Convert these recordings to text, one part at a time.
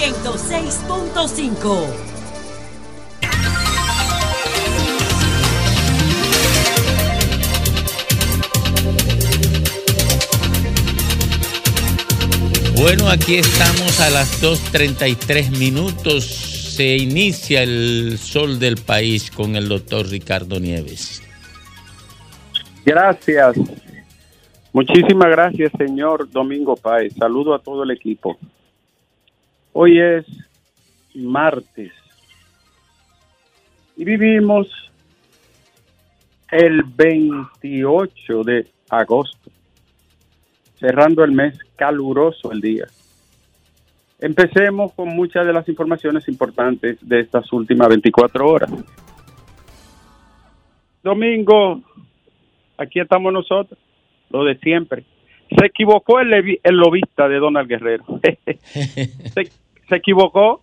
106.5. Bueno, aquí estamos a las 2:33. Se inicia el sol del país con el doctor Ricardo Nieves. Gracias. Muchísimas gracias, señor Domingo Páez. Saludo a todo el equipo. Hoy es martes y vivimos el 28 de agosto, cerrando el mes, caluroso el día. Empecemos con muchas de las informaciones importantes de estas últimas 24 horas. Domingo, aquí estamos nosotros, lo de siempre. Se equivocó el lobista de Donald Guerrero. se equivocó.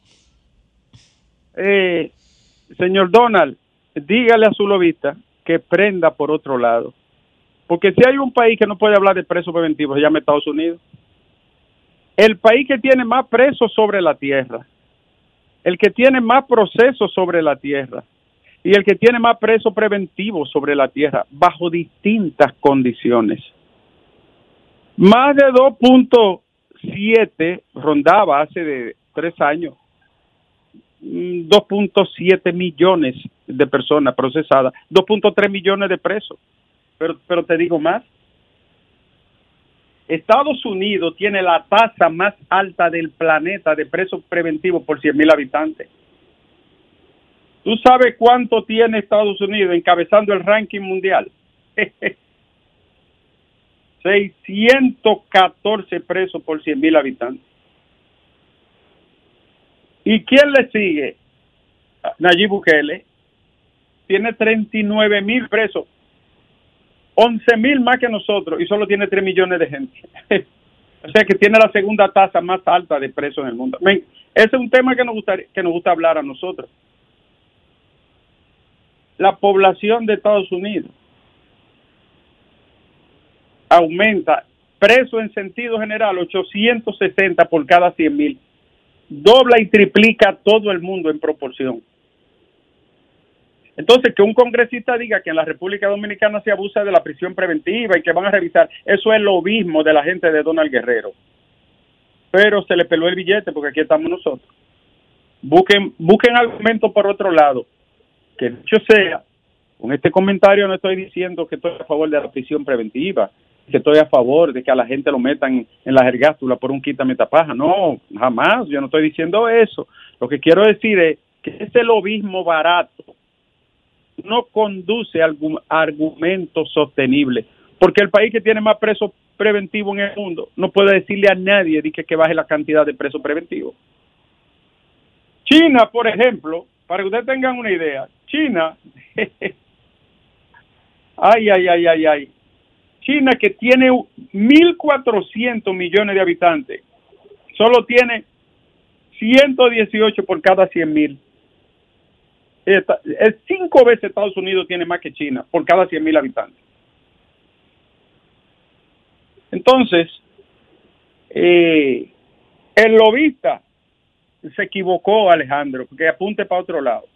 Señor Donald, dígale a su lobista que prenda por otro lado. Porque si hay un país que no puede hablar de presos preventivos, se llama Estados Unidos. El país que tiene más presos sobre la tierra, el que tiene más procesos sobre la tierra y el que tiene más presos preventivos sobre la tierra, bajo distintas condiciones. Más de 2.7 rondaba hace de 3 años, 2.7 millones de personas procesadas, 2.3 millones de presos. Pero te digo más. Estados Unidos tiene la tasa más alta del planeta de presos preventivos por 100,000 habitantes. ¿Tú sabes cuánto tiene Estados Unidos encabezando el ranking mundial? 614 presos por 100,000 habitantes. ¿Y quién le sigue? Nayib Bukele. Tiene 39,000 presos. 11,000 más que nosotros y solo tiene 3 millones de gente. O sea que tiene la segunda tasa más alta de presos en el mundo. Ese es un tema que nos gusta hablar a nosotros. La población de Estados Unidos aumenta, preso en sentido general, 860 por cada 100,000. Dobla y triplica todo el mundo en proporción. Entonces, que un congresista diga que en la República Dominicana se abusa de la prisión preventiva y que van a revisar, eso es lobismo de la gente de Donald Guerrero. Pero se le peló el billete porque aquí estamos nosotros. Busquen argumentos por otro lado. Que dicho sea, con este comentario no estoy diciendo que estoy a favor de la prisión preventiva, que estoy a favor de que a la gente lo metan en la jergástula por un quita-metapaja. No, jamás, yo no estoy diciendo eso. Lo que quiero decir es que ese lobismo barato no conduce a algún argumento sostenible, porque el país que tiene más presos preventivos en el mundo no puede decirle a nadie que baje la cantidad de presos preventivos. China, por ejemplo, para que ustedes tengan una idea, China, China, que tiene 1.400 millones de habitantes, solo tiene 118 por cada 100,000. Es 5 veces Estados Unidos tiene más que China por cada 100,000 habitantes. Entonces, el lobista se equivocó, Alejandro, porque apunte para otro lado.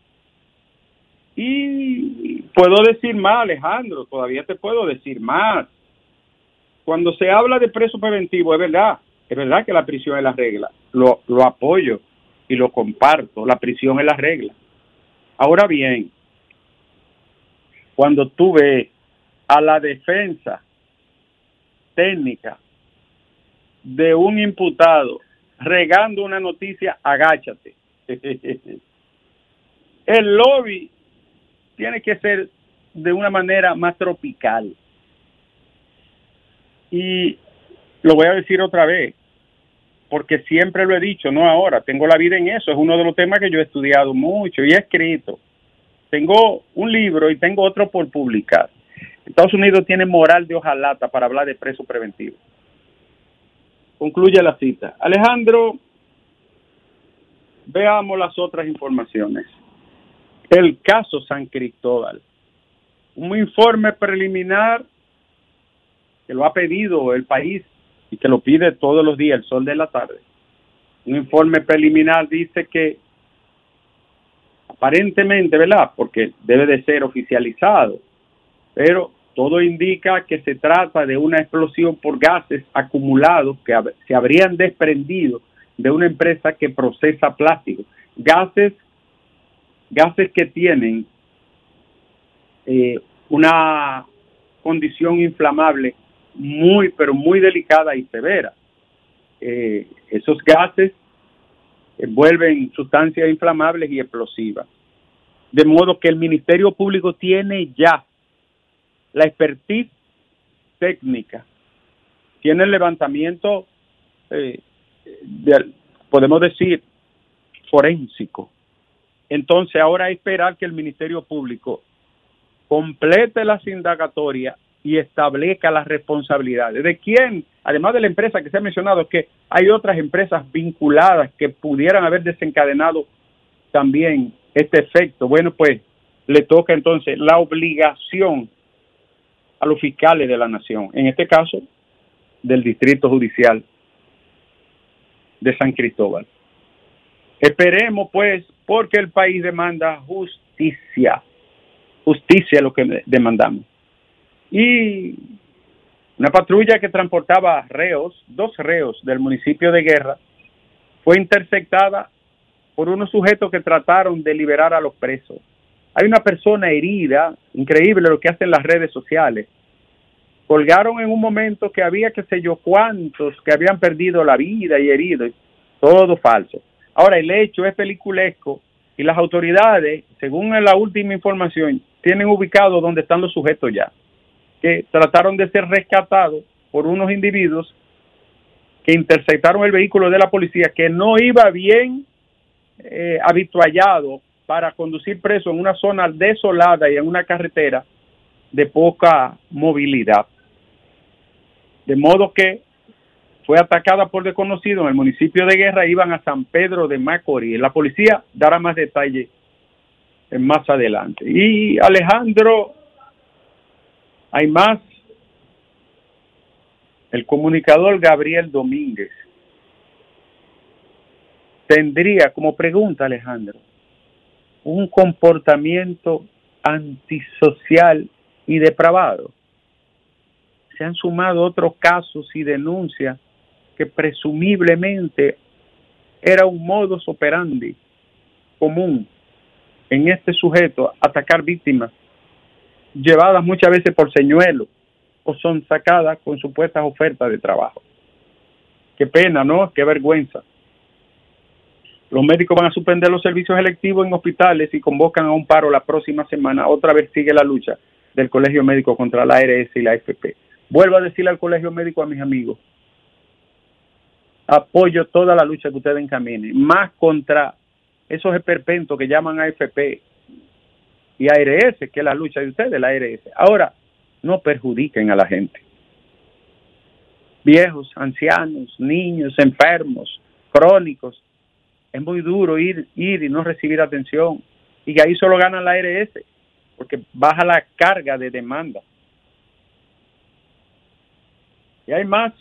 Y puedo decir más, Alejandro, todavía te puedo decir más. Cuando se habla de preso preventivo, es verdad que la prisión es la regla. Lo apoyo y lo comparto, la prisión es la regla. Ahora bien, cuando tú ves a la defensa técnica de un imputado regando una noticia, agáchate. El lobby tiene que ser de una manera más tropical. Y lo voy a decir otra vez, porque siempre lo he dicho, no ahora, tengo la vida en eso, es uno de los temas que yo he estudiado mucho y he escrito. Tengo un libro y tengo otro por publicar. Estados Unidos tiene moral de hojalata para hablar de preso preventivo. Concluye la cita. Alejandro, veamos las otras informaciones. El caso San Cristóbal. Un informe preliminar que lo ha pedido el país y que lo pide todos los días, el sol de la tarde. Un informe preliminar dice que aparentemente, ¿verdad? Porque debe de ser oficializado, pero todo indica que se trata de una explosión por gases acumulados que se habrían desprendido de una empresa que procesa plástico. Gases que tienen una condición inflamable muy, pero muy delicada y severa. Esos gases vuelven sustancias inflamables y explosivas. De modo que el Ministerio Público tiene ya la expertise técnica, tiene el levantamiento, podemos decir, forénsico. Entonces ahora hay que esperar que el Ministerio Público complete las indagatorias y establezca las responsabilidades. ¿De quién? Además de la empresa que se ha mencionado, que hay otras empresas vinculadas que pudieran haber desencadenado también este efecto. Bueno, pues le toca entonces la obligación a los fiscales de la nación, en este caso del Distrito Judicial de San Cristóbal. Esperemos pues, porque el país demanda justicia es lo que demandamos. Y una patrulla que transportaba dos reos del municipio de Guerra, fue interceptada por unos sujetos que trataron de liberar a los presos. Hay una persona herida, increíble lo que hacen las redes sociales. Colgaron en un momento que había qué sé yo cuántos que habían perdido la vida y heridos, todo falso. Ahora el hecho es peliculesco y las autoridades, según la última información, tienen ubicado donde están los sujetos ya, que trataron de ser rescatados por unos individuos que interceptaron el vehículo de la policía, que no iba bien habituallado para conducir preso en una zona desolada y en una carretera de poca movilidad. De modo que fue atacada por desconocidos en el municipio de Guerra, iban a San Pedro de Macorís. La policía dará más detalles más adelante. Y Alejandro, hay más. El comunicador Gabriel Domínguez tendría, como pregunta Alejandro, un comportamiento antisocial y depravado. Se han sumado otros casos y denuncias que presumiblemente era un modus operandi común en este sujeto, atacar víctimas, llevadas muchas veces por señuelos, o son sacadas con supuestas ofertas de trabajo. Qué pena, ¿no? Qué vergüenza. Los médicos van a suspender los servicios electivos en hospitales y convocan a un paro la próxima semana. Otra vez sigue la lucha del Colegio Médico contra la ARS y la AFP. Vuelvo a decirle al Colegio Médico, a mis amigos, apoyo toda la lucha que ustedes encaminen, más contra esos esperpentos que llaman AFP y ARS, que es la lucha de ustedes, la ARS. Ahora, no perjudiquen a la gente. Viejos, ancianos, niños, enfermos, crónicos. Es muy duro ir y no recibir atención. Y ahí solo gana la ARS, porque baja la carga de demanda. Y hay más.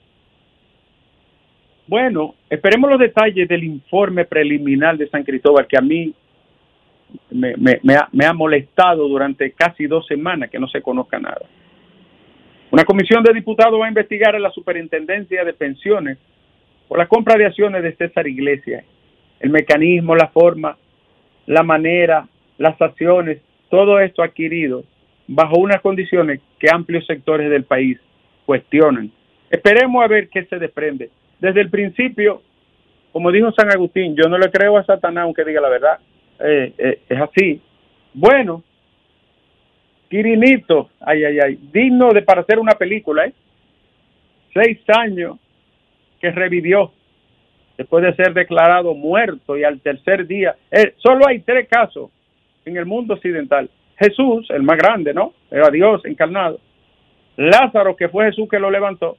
Bueno, esperemos los detalles del informe preliminar de San Cristóbal, que a mí me ha molestado durante casi 2 semanas que no se conozca nada. Una comisión de diputados va a investigar a la Superintendencia de Pensiones por la compra de acciones de César Iglesias. El mecanismo, la forma, la manera, las acciones, todo esto adquirido bajo unas condiciones que amplios sectores del país cuestionan. Esperemos a ver qué se desprende. Desde el principio, como dijo San Agustín, yo no le creo a Satanás aunque diga la verdad. Es así. Bueno, Quirinito, digno de para hacer una película, 6 años que revivió después de ser declarado muerto y al tercer día. Solo hay 3 casos en el mundo occidental. Jesús, el más grande, ¿no? Era Dios encarnado. Lázaro, que fue Jesús que lo levantó.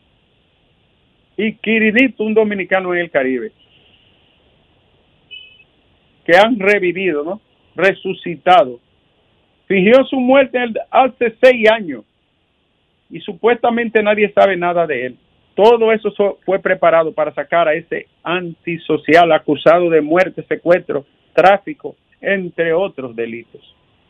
Y Quirinito, un dominicano en el Caribe, que han revivido, ¿no? Resucitado. Fingió su muerte hace 6 años y supuestamente nadie sabe nada de él. Todo eso fue preparado para sacar a ese antisocial acusado de muerte, secuestro, tráfico, entre otros delitos.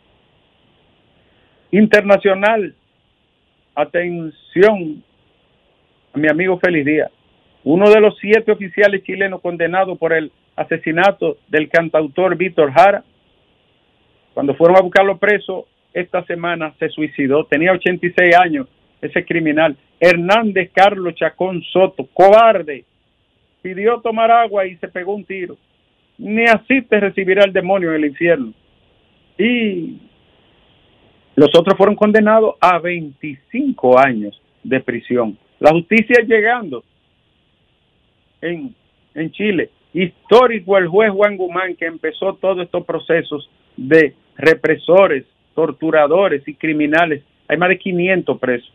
Internacional, atención a mi amigo Félix Díaz, uno de los 7 oficiales chilenos condenados por el asesinato del cantautor Víctor Jara. Cuando fueron a buscarlo preso, esta semana se suicidó. Tenía 86 años, ese criminal. Hernández Carlos Chacón Soto, cobarde, pidió tomar agua y se pegó un tiro. Ni así te recibirá el demonio en el infierno. Y los otros fueron condenados a 25 años de prisión. La justicia llegando en Chile. Histórico el juez Juan Guzmán, que empezó todos estos procesos de represores, torturadores y criminales. Hay más de 500 presos.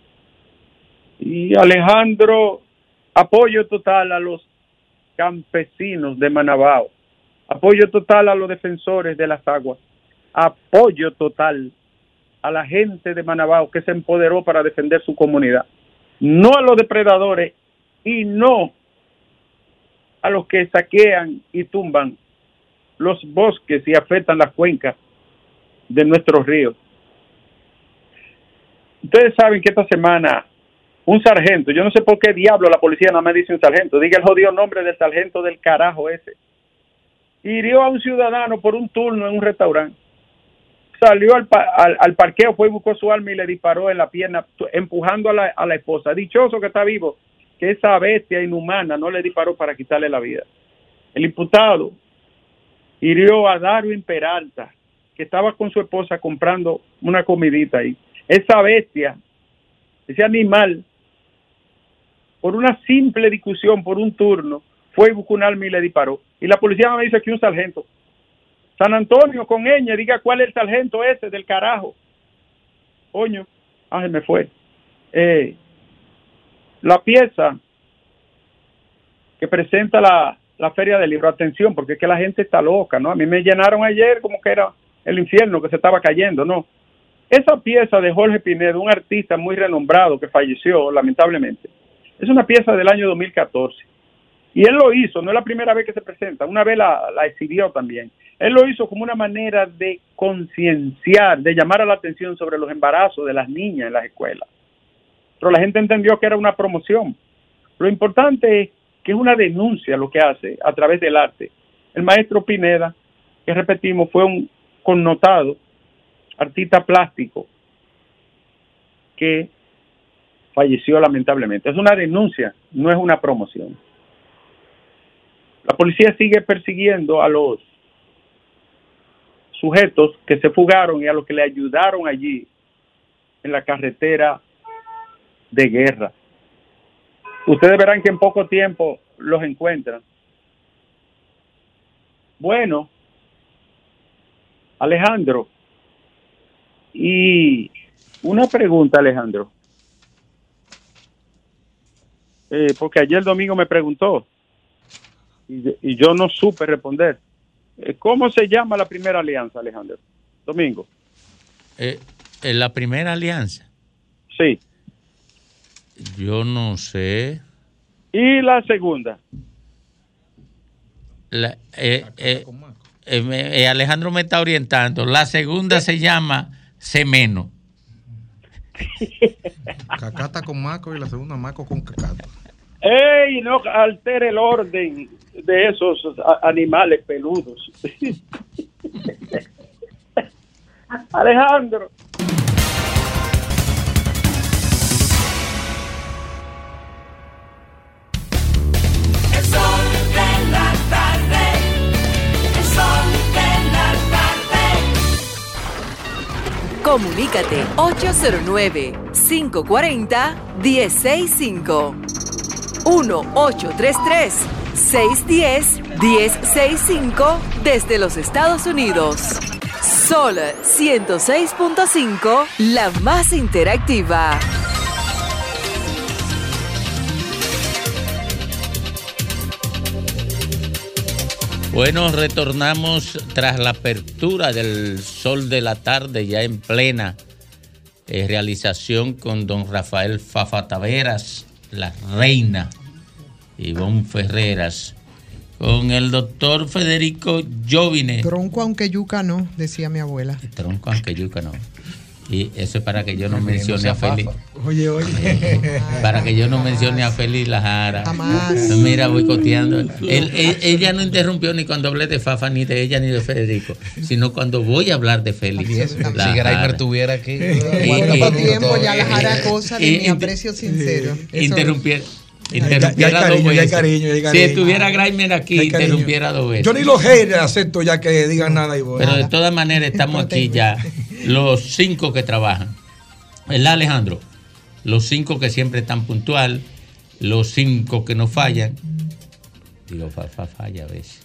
Y Alejandro, apoyo total a los campesinos de Manabao, apoyo total a los defensores de las aguas, apoyo total a la gente de Manabao que se empoderó para defender su comunidad, no a los depredadores y no a los que saquean y tumban los bosques y afectan las cuencas de nuestros ríos. Ustedes saben que esta semana un sargento, yo no sé por qué diablo la policía nada más dice un sargento, diga el jodido nombre del sargento del carajo ese, hirió a un ciudadano por un turno en un restaurante, salió al parqueo, fue y buscó su arma y le disparó en la pierna, empujando a la esposa. Dichoso que está vivo, que esa bestia inhumana no le disparó para quitarle la vida. El imputado hirió a Darwin Peralta, que estaba con su esposa comprando una comidita ahí. Esa bestia, ese animal, por una simple discusión, por un turno, fue y buscó un arma y le disparó. Y la policía me dice que un sargento. San Antonio con ñ, diga cuál es el sargento ese del carajo. Coño, se me fue. La pieza que presenta la Feria del Libro, atención, porque es que la gente está loca, ¿no? A mí me llenaron ayer como que era el infierno que se estaba cayendo, ¿no? Esa pieza de Jorge Pinedo, un artista muy renombrado que falleció, lamentablemente, es una pieza del año 2014. Y él lo hizo, no es la primera vez que se presenta, una vez la exhibió también. Él lo hizo como una manera de concienciar, de llamar a la atención sobre los embarazos de las niñas en las escuelas. Pero la gente entendió que era una promoción. Lo importante es que es una denuncia lo que hace a través del arte. El maestro Pineda, que repetimos, fue un connotado artista plástico que falleció lamentablemente. Es una denuncia, no es una promoción. La policía sigue persiguiendo a los sujetos que se fugaron y a los que le ayudaron allí en la carretera de guerra. Ustedes verán que en poco tiempo los encuentran. Bueno, Alejandro, y una pregunta, Alejandro, porque ayer domingo me preguntó y yo no supe responder. ¿Cómo se llama la primera alianza, Alejandro? Domingo. ¿La primera alianza? Sí. Yo no sé. ¿Y la segunda? Alejandro me está orientando. La segunda se llama Semeno. Cacata con Maco y la segunda Maco con Cacata. ¡Ey! No altere el orden de esos animales peludos. Alejandro. El sol de la tarde. El sol de la tarde. Comunícate 809-540-1065. 1-833-610-1065 desde los Estados Unidos. Sol 106.5, la más interactiva. Bueno, retornamos tras la apertura del Sol de la Tarde, ya en plena realización con don Rafael Fafa Taveras, la reina Ivonne Ferreras, con el doctor Federico Jovine. Tronco aunque yuca no, decía mi abuela. Tronco aunque yuca no. Y eso es para que yo no mencione a Félix. Oye. Para que yo no mencione a Félix Lajara. Jamás. Mira, boicoteando. Ella no interrumpió ni cuando hablé de Fafa, ni de ella, ni de Federico, sino cuando voy a hablar de Félix. Si Graimer tuviera aquí. ¿Cuánto tiempo ya Lajara cosa de mi aprecio sincero? Interrumpiera cariño. Si estuviera Graimer aquí, interrumpiera 2 veces. Yo ni los haters acepto ya que digan nada. Pero de todas maneras estamos aquí ya, los 5 que trabajan. ¿Verdad, Alejandro? Los 5 que siempre están puntual, los 5 que no fallan. Digo, Fafa falla a veces.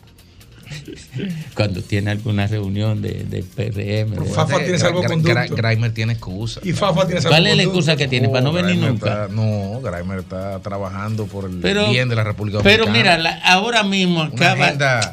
Cuando tiene alguna reunión de PRM. Pero Fafa tiene salvoconducto. Graimer tiene excusa. Y Fafa tiene salvoconducto. ¿Cuál es la excusa que tiene para no venir nunca? Graimer está trabajando por el bien de la República Dominicana. Pero mira, ahora mismo acaba.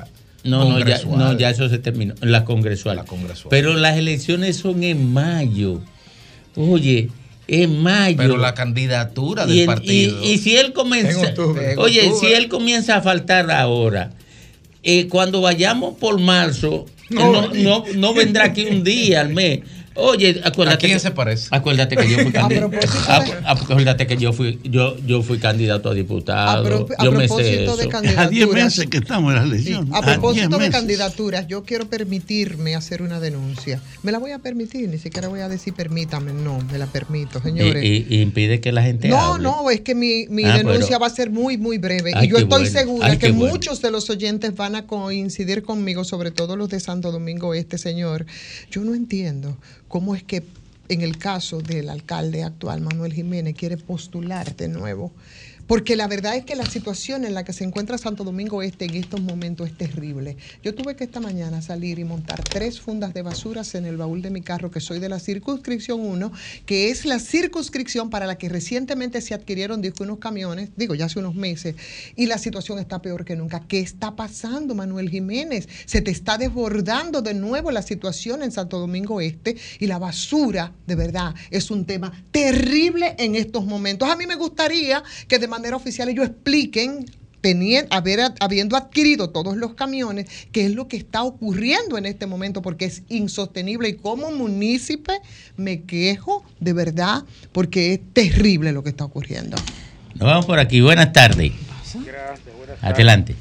Ya eso se terminó. La congresual. Pero las elecciones son en mayo. Oye, en mayo. Pero la candidatura del partido. Y si él comienza. Si él comienza a faltar ahora. Cuando vayamos por marzo, no vendrá aquí un día al mes. Oye, acuérdate. ¿A quién se parece? Acuérdate que yo fui candidato. Acuérdate que yo fui candidato a diputado. A propósito de candidaturas. A 10 meses que estamos en la elección. Sí, a propósito de candidaturas, yo quiero permitirme hacer una denuncia. Me la voy a permitir, ni siquiera voy a decir permítame, no, me la permito, señores. Y impide que la gente hable. No, es que mi denuncia va a ser muy, muy breve. Y yo estoy segura que muchos de los oyentes van a coincidir conmigo, sobre todo los de Santo Domingo Este, señor. Yo no entiendo cómo es que en el caso del alcalde actual, Manuel Jiménez, quiere postular de nuevo. Porque la verdad es que la situación en la que se encuentra Santo Domingo Este en estos momentos es terrible. Yo tuve que esta mañana salir y montar 3 fundas de basuras en el baúl de mi carro, que soy de la circunscripción 1, que es la circunscripción para la que recientemente se adquirieron unos camiones, ya hace unos meses, y la situación está peor que nunca. ¿Qué está pasando, Manuel Jiménez? Se te está desbordando de nuevo la situación en Santo Domingo Este, y la basura, de verdad, es un tema terrible en estos momentos. A mí me gustaría que de manera oficial ellos expliquen, habiendo adquirido todos los camiones, qué es lo que está ocurriendo en este momento, porque es insostenible, y como munícipe me quejo de verdad, porque es terrible lo que está ocurriendo. Nos vamos por aquí. Buenas tardes. Gracias, buenas tardes. Adelante.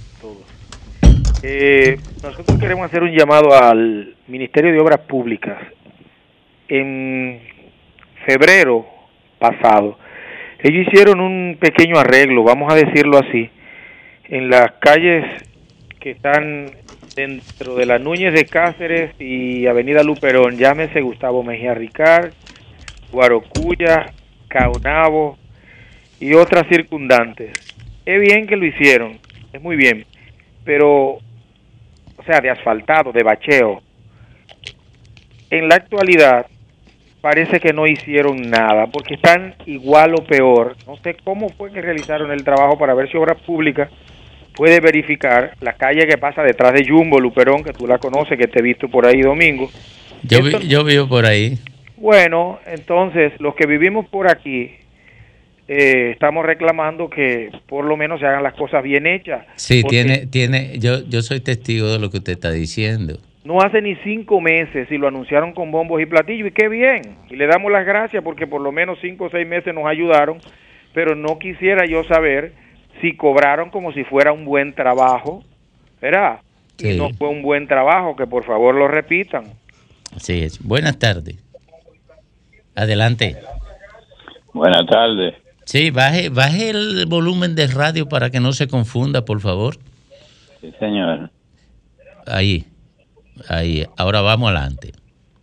Nosotros queremos hacer un llamado al Ministerio de Obras Públicas. En febrero pasado, ellos hicieron un pequeño arreglo, vamos a decirlo así, en las calles que están dentro de la Núñez de Cáceres y Avenida Luperón, llámese Gustavo Mejía Ricard, Guarocuya, Caonabo y otras circundantes. Es bien que lo hicieron, es muy bien, pero, de asfaltado, de bacheo. En la actualidad, parece que no hicieron nada, porque están igual o peor. No sé cómo fue que realizaron el trabajo para ver si Obras Públicas puede verificar la calle que pasa detrás de Jumbo, Luperón, que tú la conoces, que te he visto por ahí, Domingo. Yo vivo por ahí. Bueno, entonces, los que vivimos por aquí, estamos reclamando que por lo menos se hagan las cosas bien hechas. Sí, yo soy testigo de lo que usted está diciendo. No hace ni 5 meses y lo anunciaron con bombos y platillos, y qué bien, y le damos las gracias porque por lo menos 5 o 6 meses nos ayudaron, pero no quisiera yo saber si cobraron como si fuera un buen trabajo, ¿verdad? Sí. Y no fue un buen trabajo, que por favor lo repitan. Sí, buenas tardes. Adelante. Buenas tardes. Sí, baje el volumen del radio para que no se confunda, por favor. Sí, señor. Ahí, ahora vamos adelante.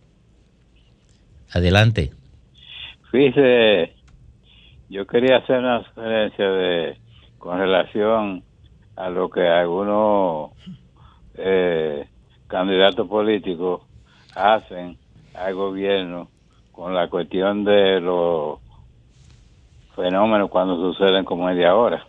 Adelante. Fíjese, yo quería hacer una sugerencia con relación a lo que algunos candidatos políticos hacen al gobierno con la cuestión de los fenómenos cuando suceden como el de ahora.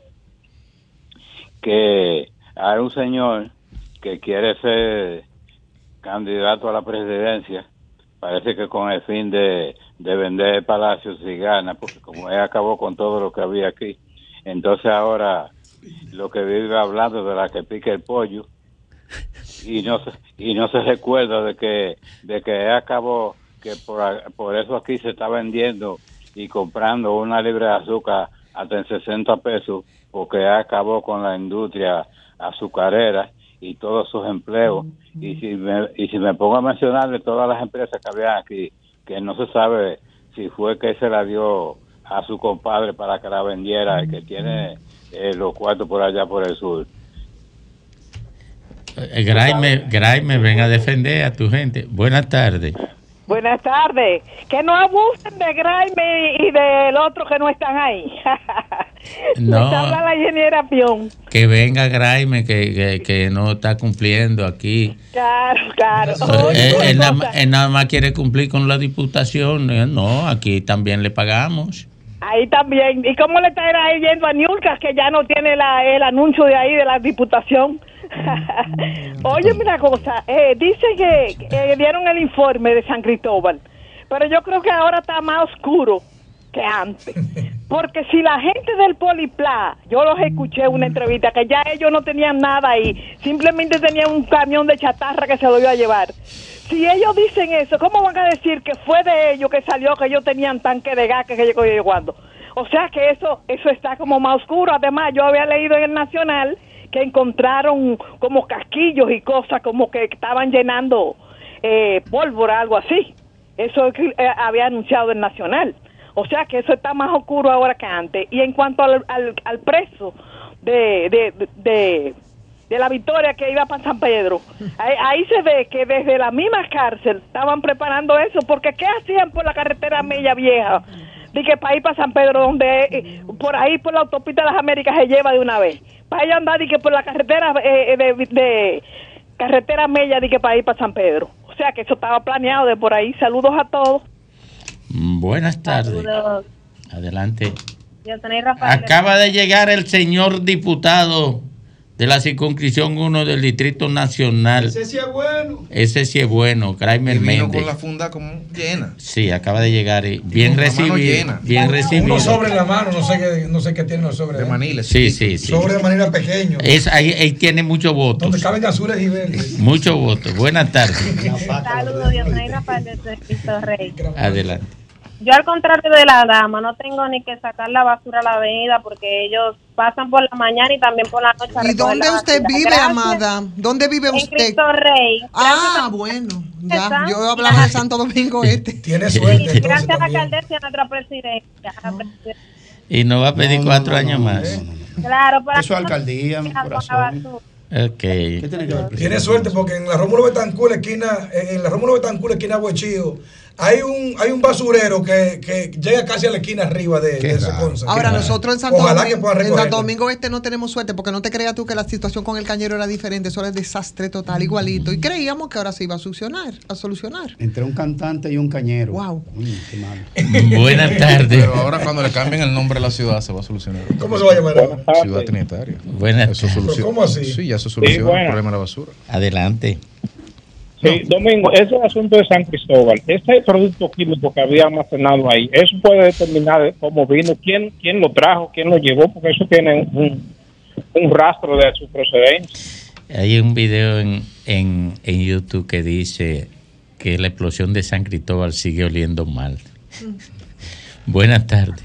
Que hay un señor que quiere ser candidato a la presidencia, parece que con el fin de vender palacios y gana, porque como él acabó con todo lo que había aquí, Entonces ahora lo que vive hablando de la que pica el pollo y no se recuerda de que acabó que por eso aquí se está vendiendo y comprando una libra de azúcar hasta en 60 pesos, porque acabó con la industria azucarera y todos sus empleos. Y si me pongo a mencionar de todas las empresas que había aquí, que no se sabe si fue que se la dio a su compadre para que la vendiera, el que tiene los cuartos por allá por el sur. Graime, ven a defender a tu gente. Buenas tardes. Buenas tardes. Que no abusen de Graime y del otro que no están ahí. No. Habla la ingeniera Pion. Que venga Graime, que no está cumpliendo aquí. Claro. Él nada más quiere cumplir con la diputación. No, aquí también le pagamos. Ahí también. ¿Y cómo le está ahí yendo a Niurka, que ya no tiene el anuncio de ahí de la diputación? Oye, una cosa, dice que dieron el informe de San Cristóbal, pero yo creo que ahora está más oscuro que antes, porque si la gente del Polipla, yo los escuché en una entrevista que ya ellos no tenían nada ahí, simplemente tenían un camión de chatarra que se lo iba a llevar. Si ellos dicen eso, ¿cómo van a decir que fue de ellos que salió, que ellos tenían tanque de gas que llegó llegando? O sea que eso está como más oscuro. Además, yo había leído en el Nacional que encontraron como casquillos y cosas como que estaban llenando pólvora, algo así. Eso había anunciado el Nacional. O sea que eso está más oscuro ahora que antes. Y en cuanto al preso de la Victoria que iba para San Pedro, ahí se ve que desde la misma cárcel estaban preparando eso, porque ¿qué hacían por la carretera Mella Vieja? Dije para ir para San Pedro, donde por ahí por la autopista de las Américas se lleva de una vez. Para allá andar, dije por la carretera de carretera Mella, dije para ir para San Pedro. O sea que eso estaba planeado de por ahí. Saludos a todos. Buenas tardes. Saludos. Adelante. Rafael. Acaba de llegar el señor diputado de la circunscripción 1 del Distrito Nacional. Ese sí es bueno. Ese sí es bueno, Kramer Méndez. Vino con la funda como llena. Sí, acaba de llegar y bien recibido. Bien recibido. Uno sobre en la mano, no sé qué tiene los sobres. De Manila. Sí. Sobre de manera pequeño. Ahí tiene muchos votos. Donde caben azules y verdes. Muchos votos. Buenas tardes. Saludos, Dios mío, Rafael de Cristo Rey. Adelante. Yo, al contrario de la dama, no tengo ni que sacar la basura a la avenida porque ellos pasan por la mañana y también por la noche. ¿Y dónde usted vive, amada? ¿Dónde vive usted? En Cristo Rey. Bueno, ya, yo hablaba de Santo Domingo Este. Tiene suerte. Sí, gracias a la alcaldesa y a nuestra presidenta. Y no va a pedir 4 años más. Claro, para eso es alcaldía, mi corazón. Okay. Tiene suerte porque en la Rómulo Betancourt, esquina Huechío, hay un basurero que llega casi a la esquina arriba de ese conce. Ahora nosotros en Santo Domingo Este no tenemos suerte, porque no te creas tú que la situación con el cañero era diferente. Eso era desastre total, igualito, y creíamos que ahora se iba a solucionar. Entre un cantante y un cañero. Wow. Qué malo. Buenas tardes. Pero ahora cuando le cambien el nombre a la ciudad se va a solucionar. ¿Cómo se va a llamar? Ciudad Trinitaria. Buenas tardes. ¿Cómo así? Sí, ya se soluciona el problema de la basura. Adelante. Sí, Domingo, ese asunto de San Cristóbal, ese producto químico que había almacenado ahí, eso puede determinar cómo vino, quién lo trajo, quién lo llevó, porque eso tiene un rastro de su procedencia. Hay un video en YouTube que dice que la explosión de San Cristóbal sigue oliendo mal. Buenas tardes.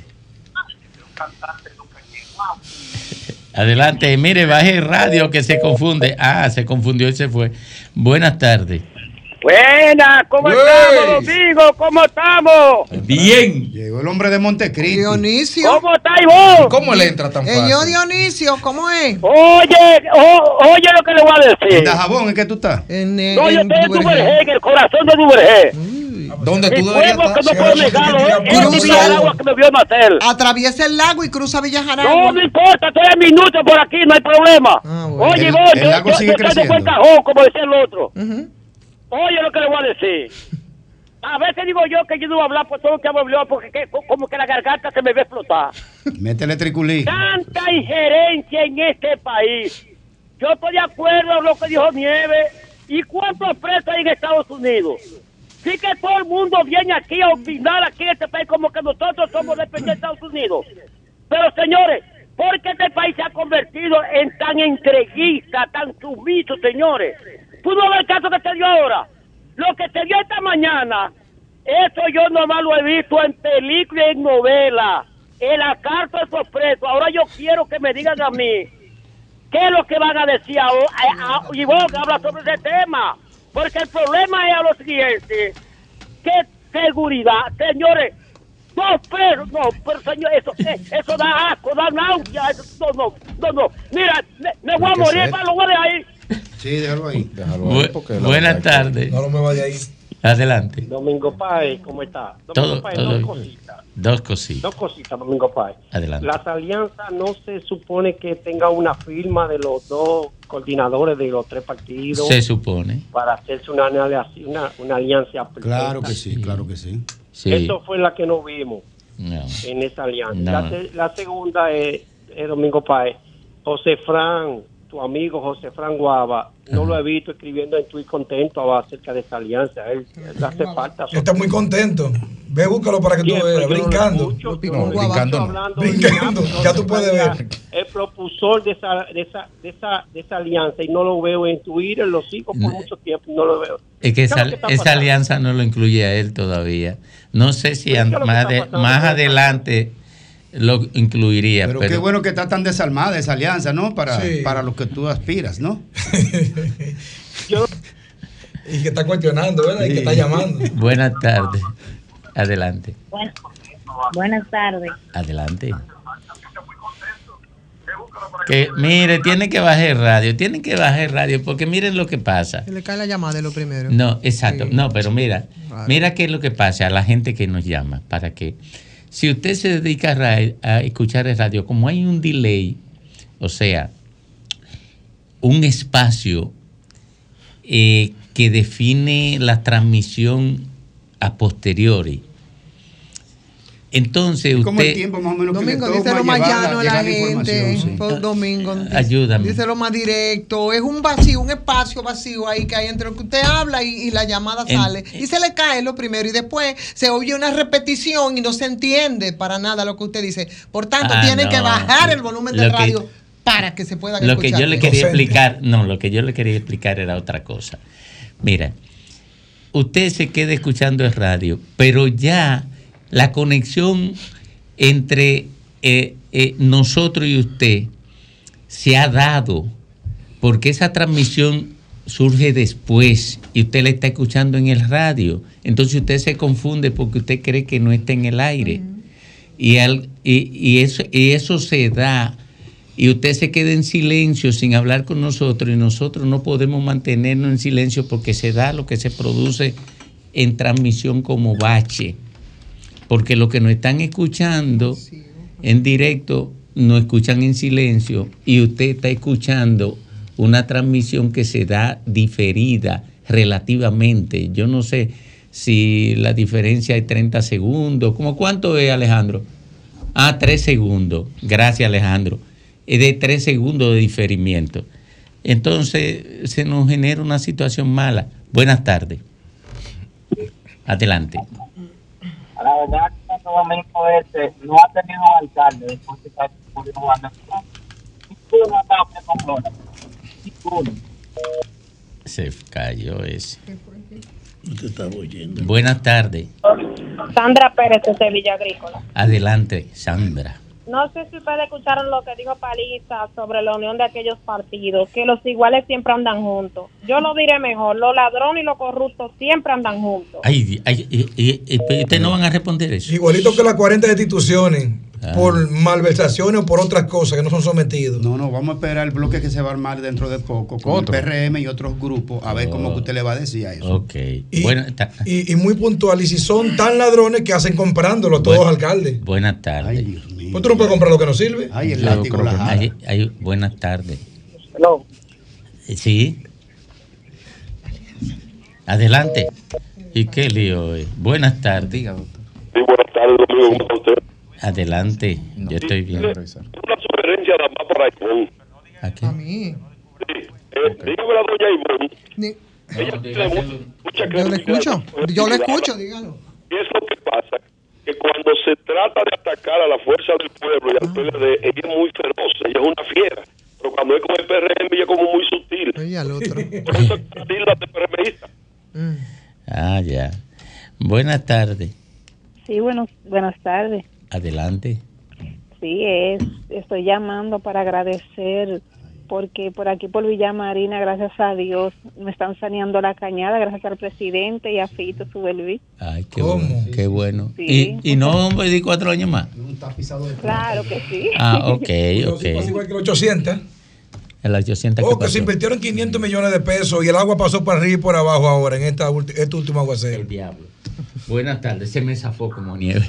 Adelante, mire, baje el radio que se confunde. Se confundió y se fue. Buenas tardes. Buenas, ¿cómo estamos, Domingo? ¿Cómo estamos? Bien. Llegó el hombre de Montecristo. Dionisio. ¿Cómo estáis vos? ¿Cómo le entra tan fácil? Yo, Dionisio, ¿cómo es? Oye lo que le voy a decir. ¿En Dajabón en qué tú estás? No, yo estoy en Duvergé, en el corazón de Duvergé. ¿Dónde tú deberías estar? Que no puedo negarlo, cruza el agua que me vio nacer. Atraviesa el lago y cruza Villajaragua. No importa, 3 minutos por aquí, no hay problema. Bueno. Oye, el lago sigue creciendo. Yo cajón, como decía el otro. Oye lo que le voy a decir. A veces digo yo que yo no voy a hablar por todo lo que hablo, porque como que la garganta se me va a explotar. Métele triculí. Tanta injerencia en este país. Yo estoy de acuerdo con lo que dijo Nieves. ¿Y cuántos presos hay en Estados Unidos? Sí que todo el mundo viene aquí a opinar aquí en este país como que nosotros somos dependientes de Estados Unidos. Pero señores, Porque este país se ha convertido en tan entreguista, tan sumiso, señores. Tú no ves el caso que te dio ahora. Lo que te dio esta mañana, eso yo nomás lo he visto en películas y en novelas. En la carta de esos presos. Ahora yo quiero que me digan a mí qué es lo que van a decir ahora. Y vos hablas sobre ese tema. Porque el problema es a lo siguiente. ¿Qué seguridad? Señores, dos presos. No, pero señor, eso da asco, da náusea. No. Mira, me voy a morir, lo voy a dejar ahí. Sí, déjalo ahí. Buenas tardes. No me vaya ahí. Adelante. Domingo Páez, ¿cómo está? Todo Dos cositas, Domingo Páez. Adelante. Las alianzas no se supone que tenga una firma de los dos coordinadores de los tres partidos. Se supone. Para hacerse una alianza. Claro que sí, claro que sí. Eso fue la que no vimos en esa alianza. La segunda es Domingo Páez. José Fran, tu amigo José Fran Guava, no lo he visto escribiendo en Twitter contento acerca de esa alianza. Él hace falta. Está muy contento. Ve, búscalo para que tú veas, brincando. Brincando, ya tú puedes ver. El propulsor de esa alianza, y no lo veo en Twitter, lo sigo por mucho tiempo y no lo veo. Es que esa alianza no lo incluye a él todavía. No sé si más adelante lo incluiría. Pero qué bueno que está tan desarmada esa alianza, ¿no? Para lo que tú aspiras, ¿no? Y que está cuestionando, ¿verdad? Sí. Y que está llamando. Buenas tardes. Adelante. Buenas tardes. Adelante. Que mire, tiene que bajar radio, porque miren lo que pasa. Se le cae la llamada de lo primero. No, exacto. Sí. No, pero mira qué es lo que pasa a la gente que nos llama, para que si usted se dedica a escuchar el radio, como hay un delay, o sea, un espacio que define la transmisión a posteriori. Entonces usted... ¿Cómo el tiempo más o menos Domingo, díselo más llano a la gente. Sí. Domingo, ayúdame. Díselo más directo. Es un vacío, un espacio vacío ahí que hay entre lo que usted habla y la llamada sale. Y se le cae lo primero y después se oye una repetición y no se entiende para nada lo que usted dice. Por tanto, tiene que bajar el volumen del radio para que se pueda escuchar. Lo que yo le quería explicar era otra cosa. Mira, usted se queda escuchando el radio, pero ya la conexión entre nosotros y usted se ha dado, porque esa transmisión surge después y usted la está escuchando en el radio. Entonces usted se confunde porque usted cree que no está en el aire. Y eso se da. Y usted se queda en silencio sin hablar con nosotros, y nosotros no podemos mantenernos en silencio porque se da lo que se produce en transmisión como bache. Porque los que nos están escuchando en directo nos escuchan en silencio, y usted está escuchando una transmisión que se da diferida relativamente. Yo no sé si la diferencia es 30 segundos. ¿Cómo cuánto es, Alejandro? 3 segundos. Gracias, Alejandro. Es de 3 segundos de diferimiento. Entonces se nos genera una situación mala. Buenas tardes. Adelante. La verdad que Santo Domingo no ha tenido alcalde después que está jugando. Ninguno ha estado con Flora. Ninguno. Se cayó ese. No te estaba oyendo. Buenas tardes. Sandra Pérez de Sevilla Agrícola. Adelante, Sandra. No sé si ustedes escucharon lo que dijo Paliza sobre la unión de aquellos partidos, que los iguales siempre andan juntos. Yo lo diré mejor, los ladrones y los corruptos siempre andan juntos. ¿Ustedes no van a responder eso? Igualito que las 40 instituciones, por malversaciones o por otras cosas que no son sometidos. No, vamos a esperar el bloque que se va a armar dentro de poco con el PRM y otros grupos, a ver cómo que usted le va a decir a eso. Ok. Y muy puntual, y si son tan ladrones que hacen comprándolo a todos los alcaldes. Buenas tardes. Ay, Dios mío. Pues tú no puedes comprar lo que no sirve. Buenas tardes. Hello. Sí. Adelante. ¿Y qué lío es? Buenas tardes. Diga, doctor. Sí, buenas tardes, amigo. ¿Cómo usted? Adelante, yo estoy bien. Una sugerencia nada más para Ivonne. ¿A mí? Sí. Dígame a doña Ivonne. Ella tiene mucha credibilidad. Yo le escucho, dígalo. ¿Qué es lo que pasa? que cuando se trata de atacar a la fuerza del pueblo y al PLD, ella es muy feroz, ella es una fiera. Pero cuando es con el PRM, ella es como muy sutil. Por eso tilda de PRMista. Ah, ya. Buenas tardes. Sí, buenas tardes. Adelante. Sí, estoy llamando para agradecer porque por aquí por Villa Marina, gracias a Dios, me están saneando la cañada, gracias al presidente y a Fito Subelví. Ay, qué bueno. Qué bueno. Sí. ¿Y no 24 años más? Claro que sí. Ah, ok. Es igual que el 800. El 800 que se invirtieron 500 millones de pesos y el agua pasó para arriba y por abajo ahora en este último aguacero. El diablo. Buenas tardes, se me zafó como nieve.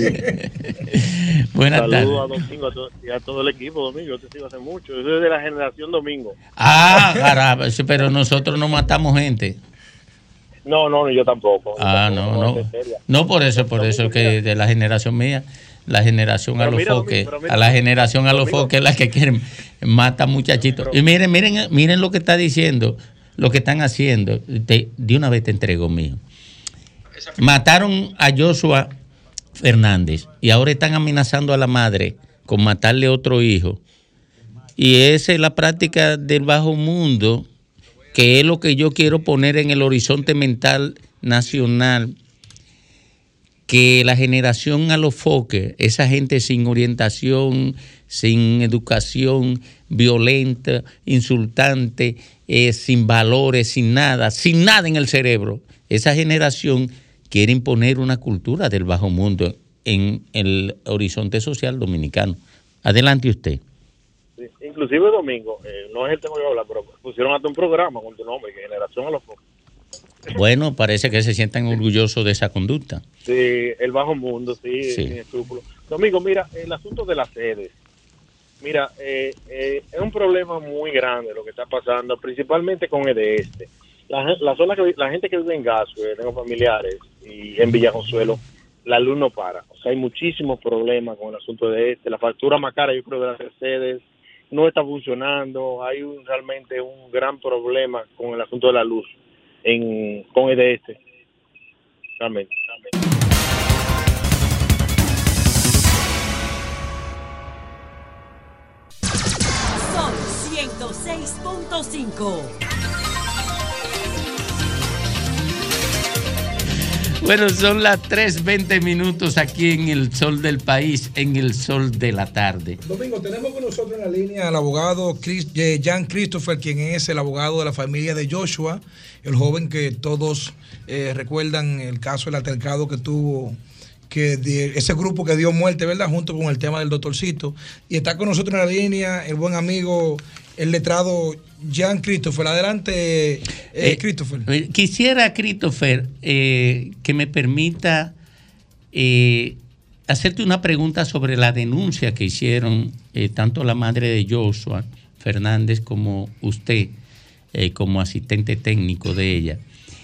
Buenas tardes. Saludos a Domingo y a todo el equipo, Domingo. Yo te sigo hace mucho. Yo soy de la generación Domingo. Ah, caramba, pero nosotros no matamos gente. No, yo tampoco. No, por eso que de la generación mía, la generación a los foques, a la generación a los foques es la que quieren mata muchachitos. Y miren lo que está diciendo, lo que están haciendo. De una vez te entrego, mío. Mataron a Joshua Fernández y ahora están amenazando a la madre con matarle otro hijo. Y esa es la práctica del bajo mundo, que es lo que yo quiero poner en el horizonte mental nacional, que la generación a los foques, esa gente sin orientación, sin educación, violenta, insultante, sin valores, sin nada en el cerebro, esa generación quiere imponer una cultura del bajo mundo en el horizonte social dominicano. Adelante usted. Sí, inclusive Domingo, no es el tema que voy a hablar, pero pusieron hasta un programa con tu nombre, Generación a los Focos. Bueno, parece que se sientan orgullosos de esa conducta. Sí, el bajo mundo, sí. Sin escrúpulos. Domingo, mira, el asunto de las sedes. Mira, es un problema muy grande lo que está pasando, principalmente con EDS. La gente que vive en Gascue, tengo familiares, y en Villaconsuelo, la luz no para. O sea, hay muchísimos problemas con el asunto de la factura más cara, yo creo, de las sedes, no está funcionando. Hay realmente un gran problema con el asunto de la luz con EDS. Realmente. Son 106.5. Bueno, son las 3:20 aquí en el sol del país, en el sol de la tarde. Domingo, tenemos con nosotros en la línea al abogado Jan Christopher, quien es el abogado de la familia de Joshua, el joven que todos recuerdan el caso del altercado que tuvo, ese grupo que dio muerte, ¿verdad? Junto con el tema del doctorcito. Y está con nosotros en la línea el buen amigo, el letrado Jan Christopher. Adelante, Christopher. Quisiera, Christopher, que me permita hacerte una pregunta sobre la denuncia que hicieron tanto la madre de Joshua Fernández como usted, como asistente técnico de ella.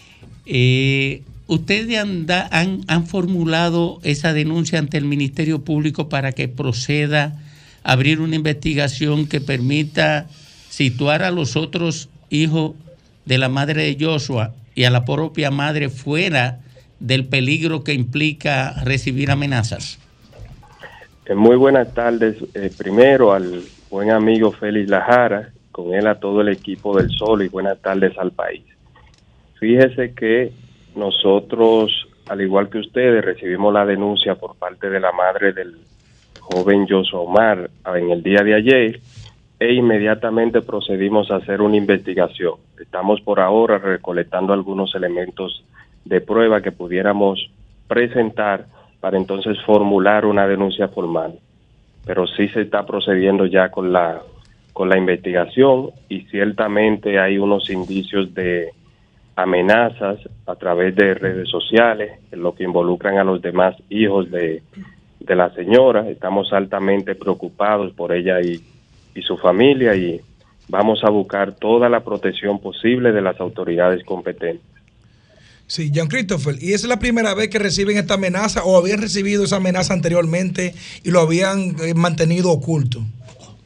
¿Ustedes han formulado esa denuncia ante el Ministerio Público para que proceda a abrir una investigación que permita situar a los otros hijos de la madre de Joshua y a la propia madre fuera del peligro que implica recibir amenazas? Muy buenas tardes. Primero al buen amigo Félix Lajara, con él a todo el equipo del Sol, y buenas tardes al país. Fíjese que nosotros, al igual que ustedes, recibimos la denuncia por parte de la madre del joven Joshua Omar en el día de ayer, e inmediatamente procedimos a hacer una investigación. Estamos por ahora recolectando algunos elementos de prueba que pudiéramos presentar para entonces formular una denuncia formal. Pero sí se está procediendo ya con la investigación, y ciertamente hay unos indicios de amenazas a través de redes sociales, en lo que involucran a los demás hijos de la señora. Estamos altamente preocupados por ella y su familia, y vamos a buscar toda la protección posible de las autoridades competentes. Sí, Jan Christopher, ¿y esa es la primera vez que reciben esta amenaza o habían recibido esa amenaza anteriormente y lo habían mantenido oculto?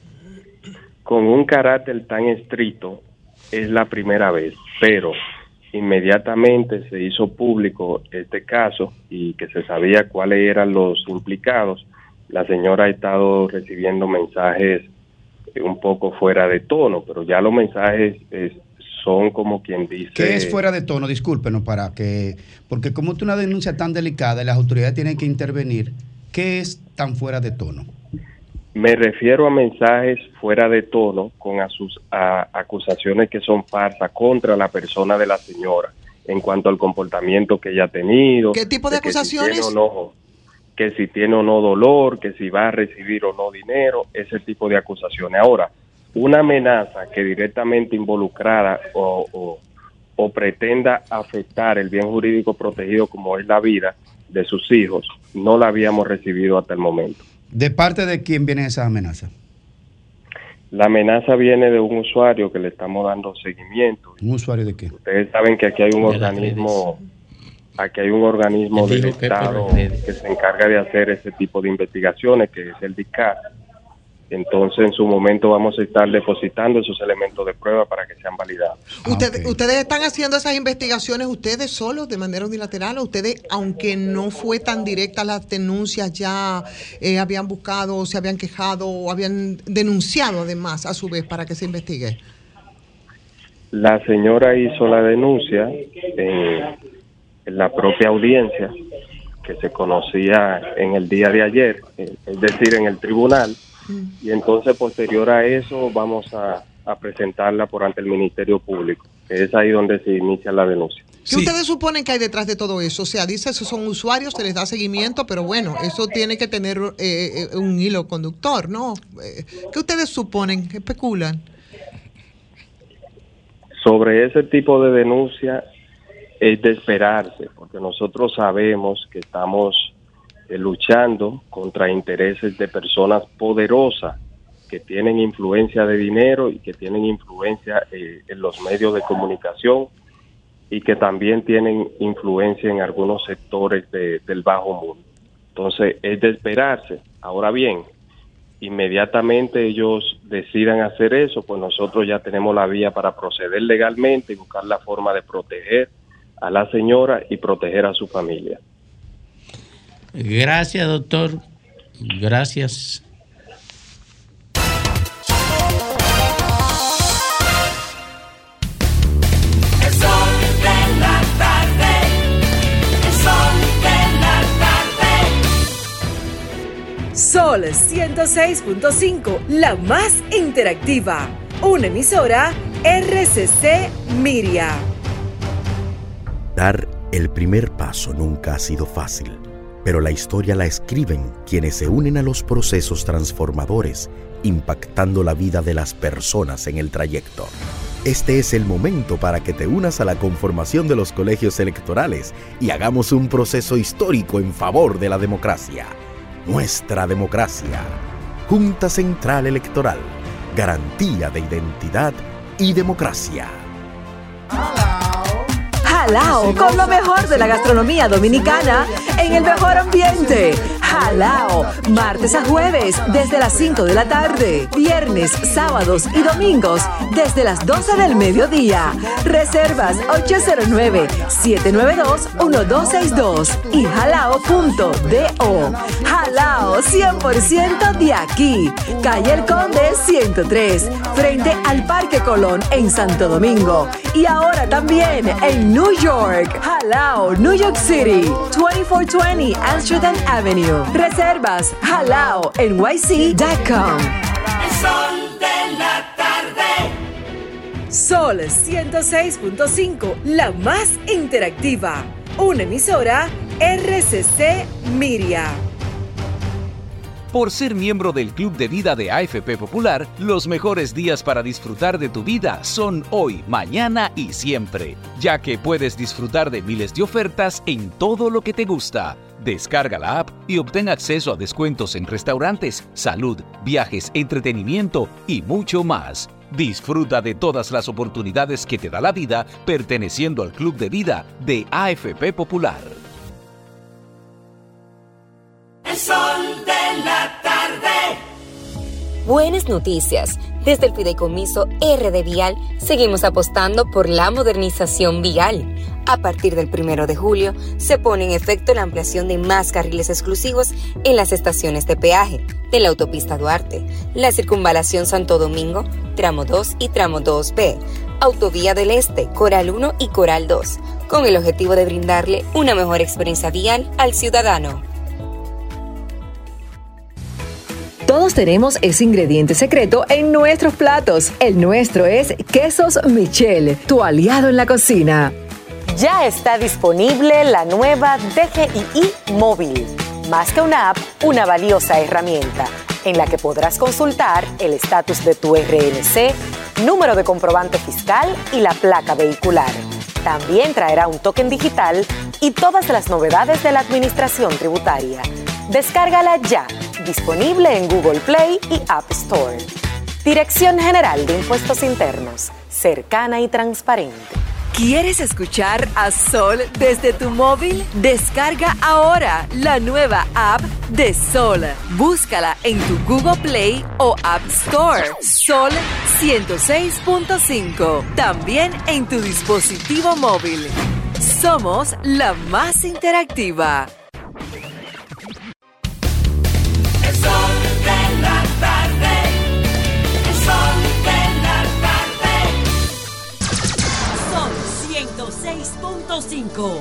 Con un carácter tan estricto es la primera vez, pero inmediatamente se hizo público este caso y que se sabía cuáles eran los implicados, la señora ha estado recibiendo mensajes un poco fuera de tono, pero ya los mensajes son como quien dice... ¿Qué es fuera de tono? Discúlpenos, porque como es una denuncia tan delicada y las autoridades tienen que intervenir, ¿qué es tan fuera de tono? Me refiero a mensajes fuera de tono con acusaciones que son falsas contra la persona de la señora en cuanto al comportamiento que ella ha tenido. ¿Qué tipo de acusaciones? Que si tiene o no dolor, que si va a recibir o no dinero, ese tipo de acusaciones. Ahora, una amenaza que directamente involucrada o pretenda afectar el bien jurídico protegido como es la vida de sus hijos, no la habíamos recibido hasta el momento. ¿De parte de quién viene esa amenaza? La amenaza viene de un usuario que le estamos dando seguimiento. ¿Un usuario de qué? Ustedes saben que aquí hay un organismo del Estado que se encarga de hacer ese tipo de investigaciones, que es el DICAR. Entonces, en su momento vamos a estar depositando esos elementos de prueba para que sean validados. ¿Ustedes están haciendo esas investigaciones ustedes solos, de manera unilateral, o ustedes, aunque no fue tan directa las denuncias, ya habían buscado, o se habían quejado, o habían denunciado además, a su vez, para que se investigue? La señora hizo la denuncia en la propia audiencia que se conocía en el día de ayer, es decir, en el tribunal. Y entonces, posterior a eso, vamos a presentarla por ante el Ministerio Público, que es ahí donde se inicia la denuncia. ¿Qué ustedes suponen que hay detrás de todo eso? O sea, dice, esos son usuarios, se les da seguimiento, pero bueno, eso tiene que tener un hilo conductor, ¿no? ¿Qué ustedes suponen? ¿Qué especulan? Sobre ese tipo de denuncia es de esperarse, porque nosotros sabemos que estamos luchando contra intereses de personas poderosas que tienen influencia de dinero y que tienen influencia en los medios de comunicación y que también tienen influencia en algunos sectores del bajo mundo. Entonces, es de esperarse. Ahora bien, inmediatamente ellos decidan hacer eso, pues nosotros ya tenemos la vía para proceder legalmente y buscar la forma de proteger a la señora y proteger a su familia. Gracias, doctor. Gracias. El sol de la tarde. El sol de la tarde. Sol 106.5, la más interactiva. Una emisora RCC Miria. Dar el primer paso nunca ha sido fácil. Pero la historia la escriben quienes se unen a los procesos transformadores, impactando la vida de las personas en el trayecto. Este es el momento para que te unas a la conformación de los colegios electorales y hagamos un proceso histórico en favor de la democracia. Nuestra democracia. Junta Central Electoral. Garantía de identidad y democracia. Jalao, con lo mejor de la gastronomía dominicana en el mejor ambiente. Jalao, martes a jueves desde las 5 de la tarde, viernes, sábados y domingos desde las 12 del mediodía. Reservas 809-792-1262 y jalao.do. Jalao, 100% de aquí. Calle El Conde 103, frente al Parque Colón en Santo Domingo. Y ahora también en New York. Jalao, New York City, 2420 Amsterdam Avenue. Reservas halaonyc.com. El sol de la tarde. Sol 106.5, la más interactiva. Una emisora RCC Miria. Por ser miembro del Club de Vida de AFP Popular, los mejores días para disfrutar de tu vida son hoy, mañana y siempre, ya que puedes disfrutar de miles de ofertas en todo lo que te gusta. Descarga la app y obtén acceso a descuentos en restaurantes, salud, viajes, entretenimiento y mucho más. Disfruta de todas las oportunidades que te da la vida perteneciendo al Club de Vida de AFP Popular. El sol de la tarde. Buenas noticias. Desde el Fideicomiso RD Vial seguimos apostando por la modernización vial. A partir del 1 de julio se pone en efecto la ampliación de más carriles exclusivos en las estaciones de peaje de la autopista Duarte, la Circunvalación Santo Domingo, Tramo 2 y Tramo 2B, Autovía del Este, Coral 1 y Coral 2, con el objetivo de brindarle una mejor experiencia vial al ciudadano. Todos tenemos ese ingrediente secreto en nuestros platos. El nuestro es Quesos Michel, tu aliado en la cocina. Ya está disponible la nueva DGII Móvil. Más que una app, una valiosa herramienta en la que podrás consultar el estatus de tu RNC, número de comprobante fiscal y la placa vehicular. También traerá un token digital y todas las novedades de la administración tributaria. Descárgala ya, disponible en Google Play y App Store. Dirección General de Impuestos Internos, cercana y transparente. ¿Quieres escuchar a Sol desde tu móvil? Descarga ahora la nueva app de Sol. Búscala en tu Google Play o App Store. Sol 106.5. También en tu dispositivo móvil. Somos la más interactiva. El sol de la tarde. El sol de la tarde. Sol 106.5.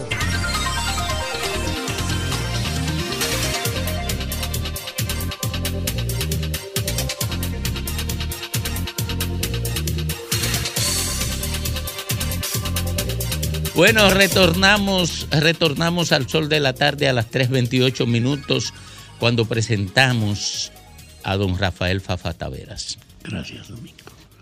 Bueno, retornamos al sol de la tarde a las 3:28 minutos cuando presentamos a don Rafael Fafá Taveras. Gracias, Domingo.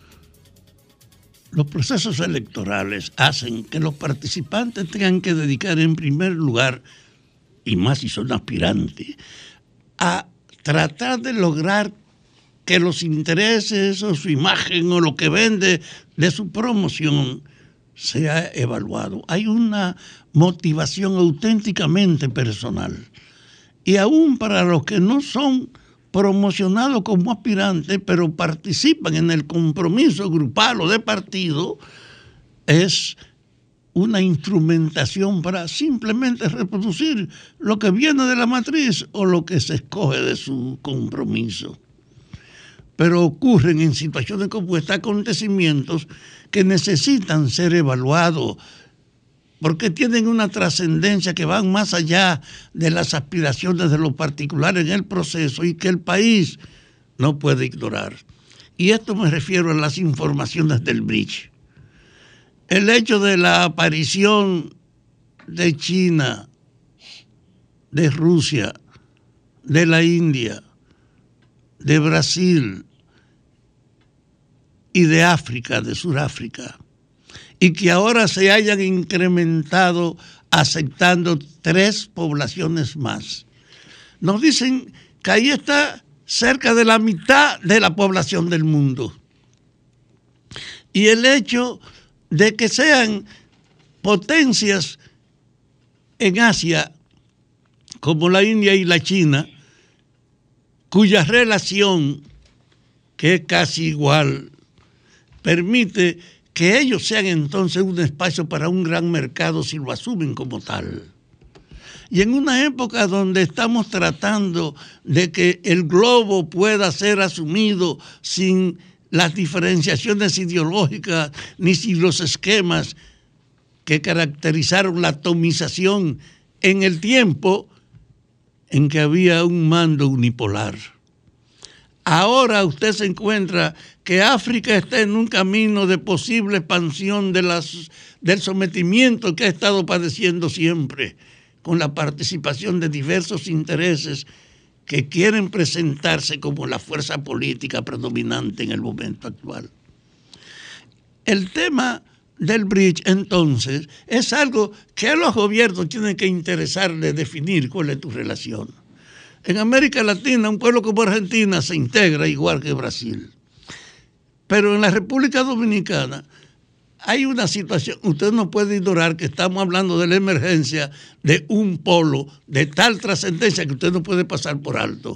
Los procesos electorales hacen que los participantes tengan que dedicar en primer lugar, y más si son aspirantes, a tratar de lograr que los intereses o su imagen o lo que vende de su promoción sea evaluado. Hay una motivación auténticamente personal. Y aún para los que no son promocionados como aspirantes, pero participan en el compromiso grupal o de partido, es una instrumentación para simplemente reproducir lo que viene de la matriz o lo que se escoge de su compromiso. Pero ocurren en situaciones como esta acontecimientos que necesitan ser evaluados porque tienen una trascendencia que van más allá de las aspiraciones de los particulares en el proceso y que el país no puede ignorar. Y esto me refiero a las informaciones del bridge. El hecho de la aparición de China, de Rusia, de la India, de Brasil y de África, de Sudáfrica, y que ahora se hayan incrementado aceptando 3 poblaciones más. Nos dicen que ahí está cerca de la mitad de la población del mundo. Y el hecho de que sean potencias en Asia, como la India y la China, cuya relación, que es casi igual, permite que ellos sean entonces un espacio para un gran mercado si lo asumen como tal. Y en una época donde estamos tratando de que el globo pueda ser asumido sin las diferenciaciones ideológicas ni sin los esquemas que caracterizaron la atomización en el tiempo en que había un mando unipolar. Ahora usted se encuentra que África está en un camino de posible expansión del sometimiento que ha estado padeciendo siempre, con la participación de diversos intereses que quieren presentarse como la fuerza política predominante en el momento actual. El tema del bridge, entonces, es algo que a los gobiernos tienen que interesarles definir cuál es tu relación. En América Latina, un pueblo como Argentina se integra igual que Brasil. Pero en la República Dominicana hay una situación, usted no puede ignorar que estamos hablando de la emergencia de un polo de tal trascendencia que usted no puede pasar por alto.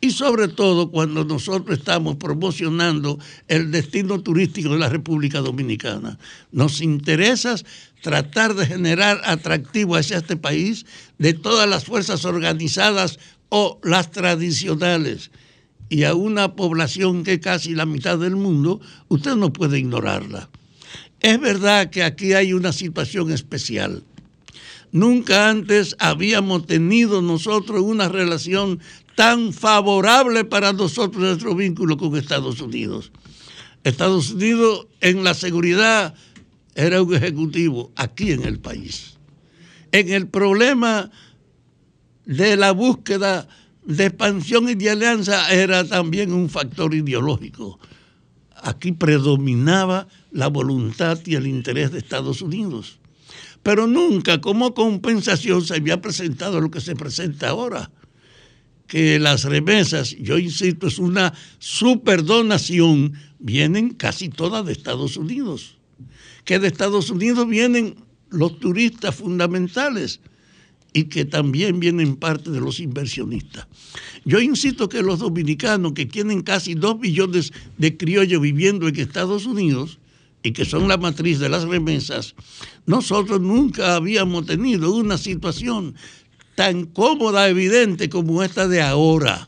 y sobre todo cuando nosotros estamos promocionando el destino turístico de la República Dominicana. Nos interesa tratar de generar atractivo hacia este país de todas las fuerzas organizadas o las tradicionales. Y a una población que es casi la mitad del mundo, usted no puede ignorarla. Es verdad que aquí hay una situación especial. Nunca antes habíamos tenido nosotros una relación tan favorable para nosotros, nuestro vínculo con Estados Unidos. Estados Unidos en la seguridad era un ejecutivo aquí en el país. En el problema de la búsqueda de expansión y de alianza era también un factor ideológico. Aquí predominaba la voluntad y el interés de Estados Unidos. Pero nunca como compensación se había presentado lo que se presenta ahora, que las remesas, yo insisto, es una superdonación, vienen casi todas de Estados Unidos. Que de Estados Unidos vienen los turistas fundamentales y que también vienen parte de los inversionistas. Yo insisto que los dominicanos, que tienen casi 2 millones de criollos viviendo en Estados Unidos y que son la matriz de las remesas, nosotros nunca habíamos tenido una situación tan cómoda, evidente como esta de ahora.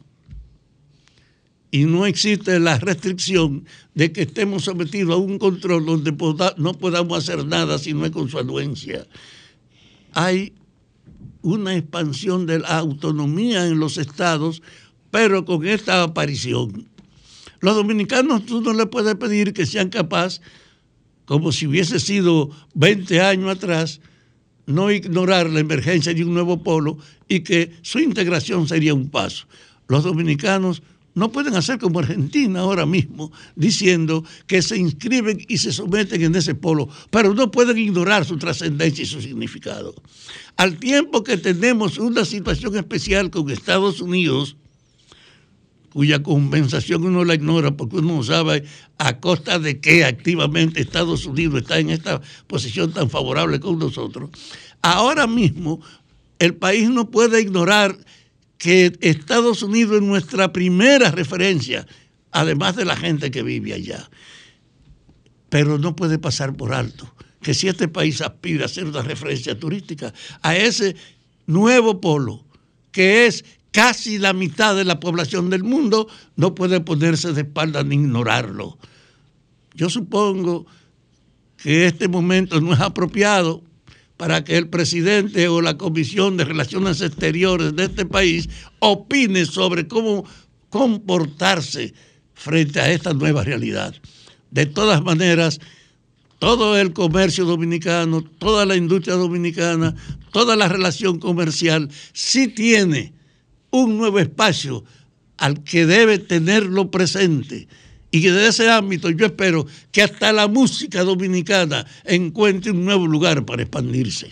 Y no existe la restricción de que estemos sometidos a un control donde no podamos hacer nada si no es con su anuencia. Hay una expansión de la autonomía en los estados, pero con esta aparición. Los dominicanos, tú no le puedes pedir que sean capaces, como si hubiese sido 20 años atrás, no ignorar la emergencia de un nuevo polo y que su integración sería un paso. Los dominicanos no pueden hacer como Argentina ahora mismo, diciendo que se inscriben y se someten en ese polo, pero no pueden ignorar su trascendencia y su significado. Al tiempo que tenemos una situación especial con Estados Unidos, cuya compensación uno la ignora porque uno no sabe a costa de qué activamente Estados Unidos está en esta posición tan favorable con nosotros, ahora mismo el país no puede ignorar que Estados Unidos es nuestra primera referencia, además de la gente que vive allá. Pero no puede pasar por alto que si este país aspira a ser una referencia turística, a ese nuevo polo, que es casi la mitad de la población del mundo, no puede ponerse de espaldas ni ignorarlo. Yo supongo que este momento no es apropiado para que el presidente o la Comisión de Relaciones Exteriores de este país opine sobre cómo comportarse frente a esta nueva realidad. De todas maneras, todo el comercio dominicano, toda la industria dominicana, toda la relación comercial sí tiene un nuevo espacio al que debe tenerlo presente. Y que de ese ámbito yo espero que hasta la música dominicana encuentre un nuevo lugar para expandirse.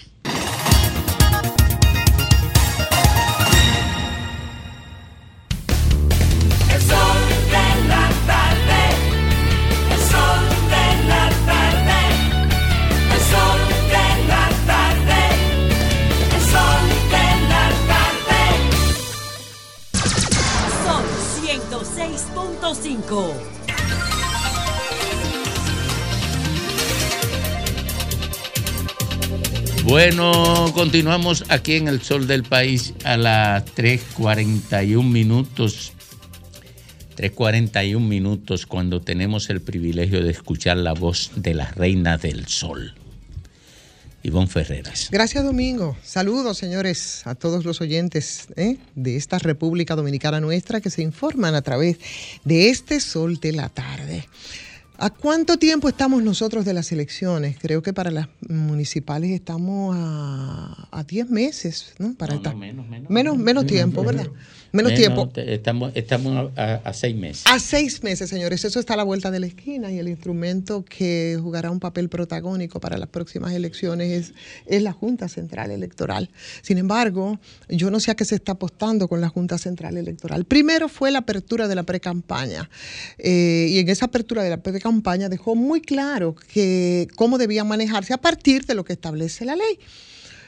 El sol de la tarde, el sol de la tarde, el sol de la tarde, el sol de la tarde. Sol 106.5. Bueno, continuamos aquí en el Sol del País a las 3:41 minutos. 3:41 minutos cuando tenemos el privilegio de escuchar la voz de la reina del sol, Ivonne Ferreras. Gracias, Domingo. Saludos, señores, a todos los oyentes de esta República Dominicana nuestra que se informan a través de este Sol de la tarde. ¿A cuánto tiempo estamos nosotros de las elecciones? Creo que para las municipales estamos a 10 meses, ¿no? Para menos tiempo, ¿verdad? Menos tiempo. Estamos a 6 meses. A 6 meses, señores. Eso está a la vuelta de la esquina y el instrumento que jugará un papel protagónico para las próximas elecciones es la Junta Central Electoral. Sin embargo, yo no sé a qué se está apostando con la Junta Central Electoral. Primero fue la apertura de la precampaña y en esa apertura de la precampaña dejó muy claro que cómo debían manejarse a partir de lo que establece la ley.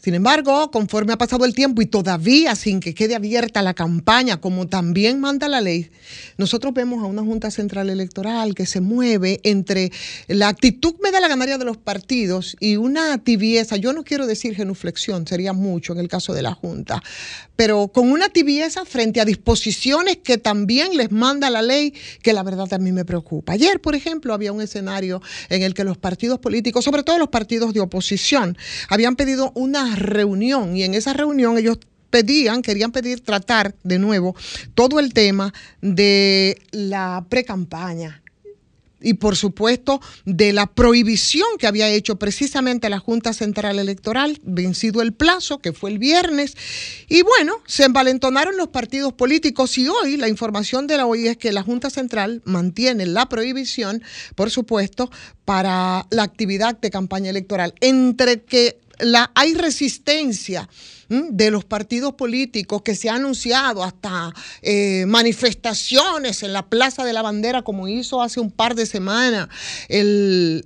Sin embargo, conforme ha pasado el tiempo y todavía sin que quede abierta la campaña, como también manda la ley, nosotros vemos a una Junta Central Electoral que se mueve entre la actitud medalaganaria de los partidos y una tibieza. Yo no quiero decir genuflexión, sería mucho en el caso de la Junta, pero con una tibieza frente a disposiciones que también les manda la ley, que la verdad a mí me preocupa. Ayer, por ejemplo, había un escenario en el que los partidos políticos, sobre todo los partidos de oposición, habían pedido una reunión, y en esa reunión ellos querían tratar de nuevo todo el tema de la precampaña y por supuesto de la prohibición que había hecho precisamente la Junta Central Electoral, vencido el plazo, que fue el viernes, y bueno, se envalentonaron los partidos políticos, y hoy la información de la OI es que la Junta Central mantiene la prohibición, por supuesto, para la actividad de campaña electoral, entre que hay resistencia de los partidos políticos, que se ha anunciado hasta manifestaciones en la Plaza de la Bandera, como hizo hace un par de semanas el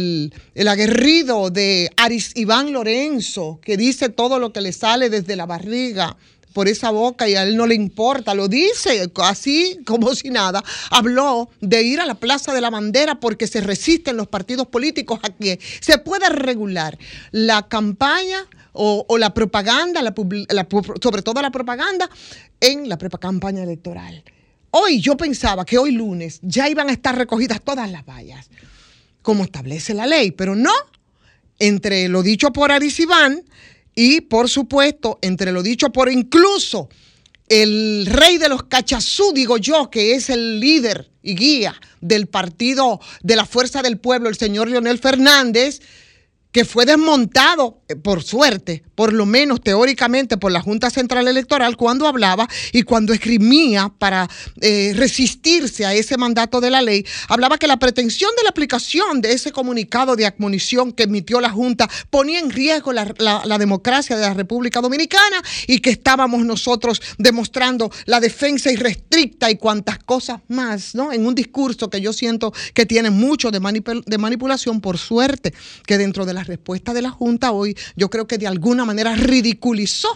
aguerrido de Iván Lorenzo, que dice todo lo que le sale desde la barriga por esa boca y a él no le importa, lo dice así como si nada. Habló de ir a la Plaza de la Bandera porque se resisten los partidos políticos a que se pueda regular la campaña o la propaganda, sobre todo la propaganda en la campaña electoral. Hoy yo pensaba que hoy lunes ya iban a estar recogidas todas las vallas, como establece la ley, pero no. Entre lo dicho por Aris Iván y, por supuesto, entre lo dicho por incluso el rey de los cachazú, digo yo, que es el líder y guía del partido de la Fuerza del Pueblo, el señor Leonel Fernández, que fue desmontado, por suerte, por lo menos teóricamente, por la Junta Central Electoral cuando hablaba y cuando esgrimía para resistirse a ese mandato de la ley. Hablaba que la pretensión de la aplicación de ese comunicado de admonición que emitió la Junta ponía en riesgo la democracia de la República Dominicana, y que estábamos nosotros demostrando la defensa irrestricta y cuantas cosas más, ¿no? En un discurso que yo siento que tiene mucho de manipulación. Por suerte que dentro de la respuesta de la Junta hoy, yo creo que de alguna manera ridiculizó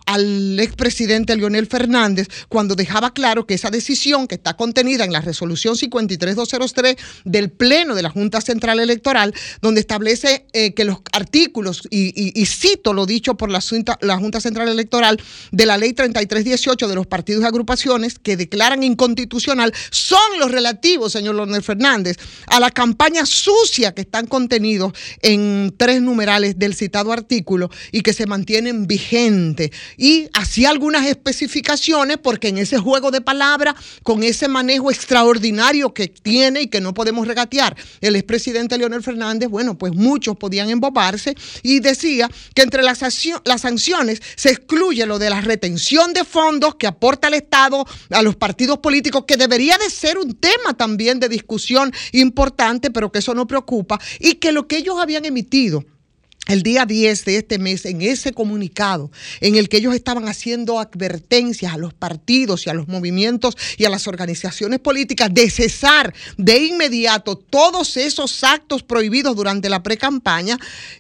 al expresidente Leonel Fernández cuando dejaba claro que esa decisión, que está contenida en la resolución 53203 del Pleno de la Junta Central Electoral, donde establece que los artículos, y cito lo dicho por la Junta Central Electoral de la Ley 3318 de los partidos y agrupaciones, que declaran inconstitucional, son los relativos, señor Leonel Fernández, a la campaña sucia que están contenidos en 3 numerales del citado artículo y que se mantienen vigentes. Y hacía algunas especificaciones, porque en ese juego de palabras, con ese manejo extraordinario que tiene y que no podemos regatear el expresidente Leonel Fernández, bueno, pues muchos podían embobarse, y decía que entre las sanciones se excluye lo de la retención de fondos que aporta el Estado a los partidos políticos, que debería de ser un tema también de discusión importante, pero que eso no preocupa, y que lo que ellos habían emitido el día 10 de este mes, en ese comunicado en el que ellos estaban haciendo advertencias a los partidos y a los movimientos y a las organizaciones políticas de cesar de inmediato todos esos actos prohibidos durante la precampaña,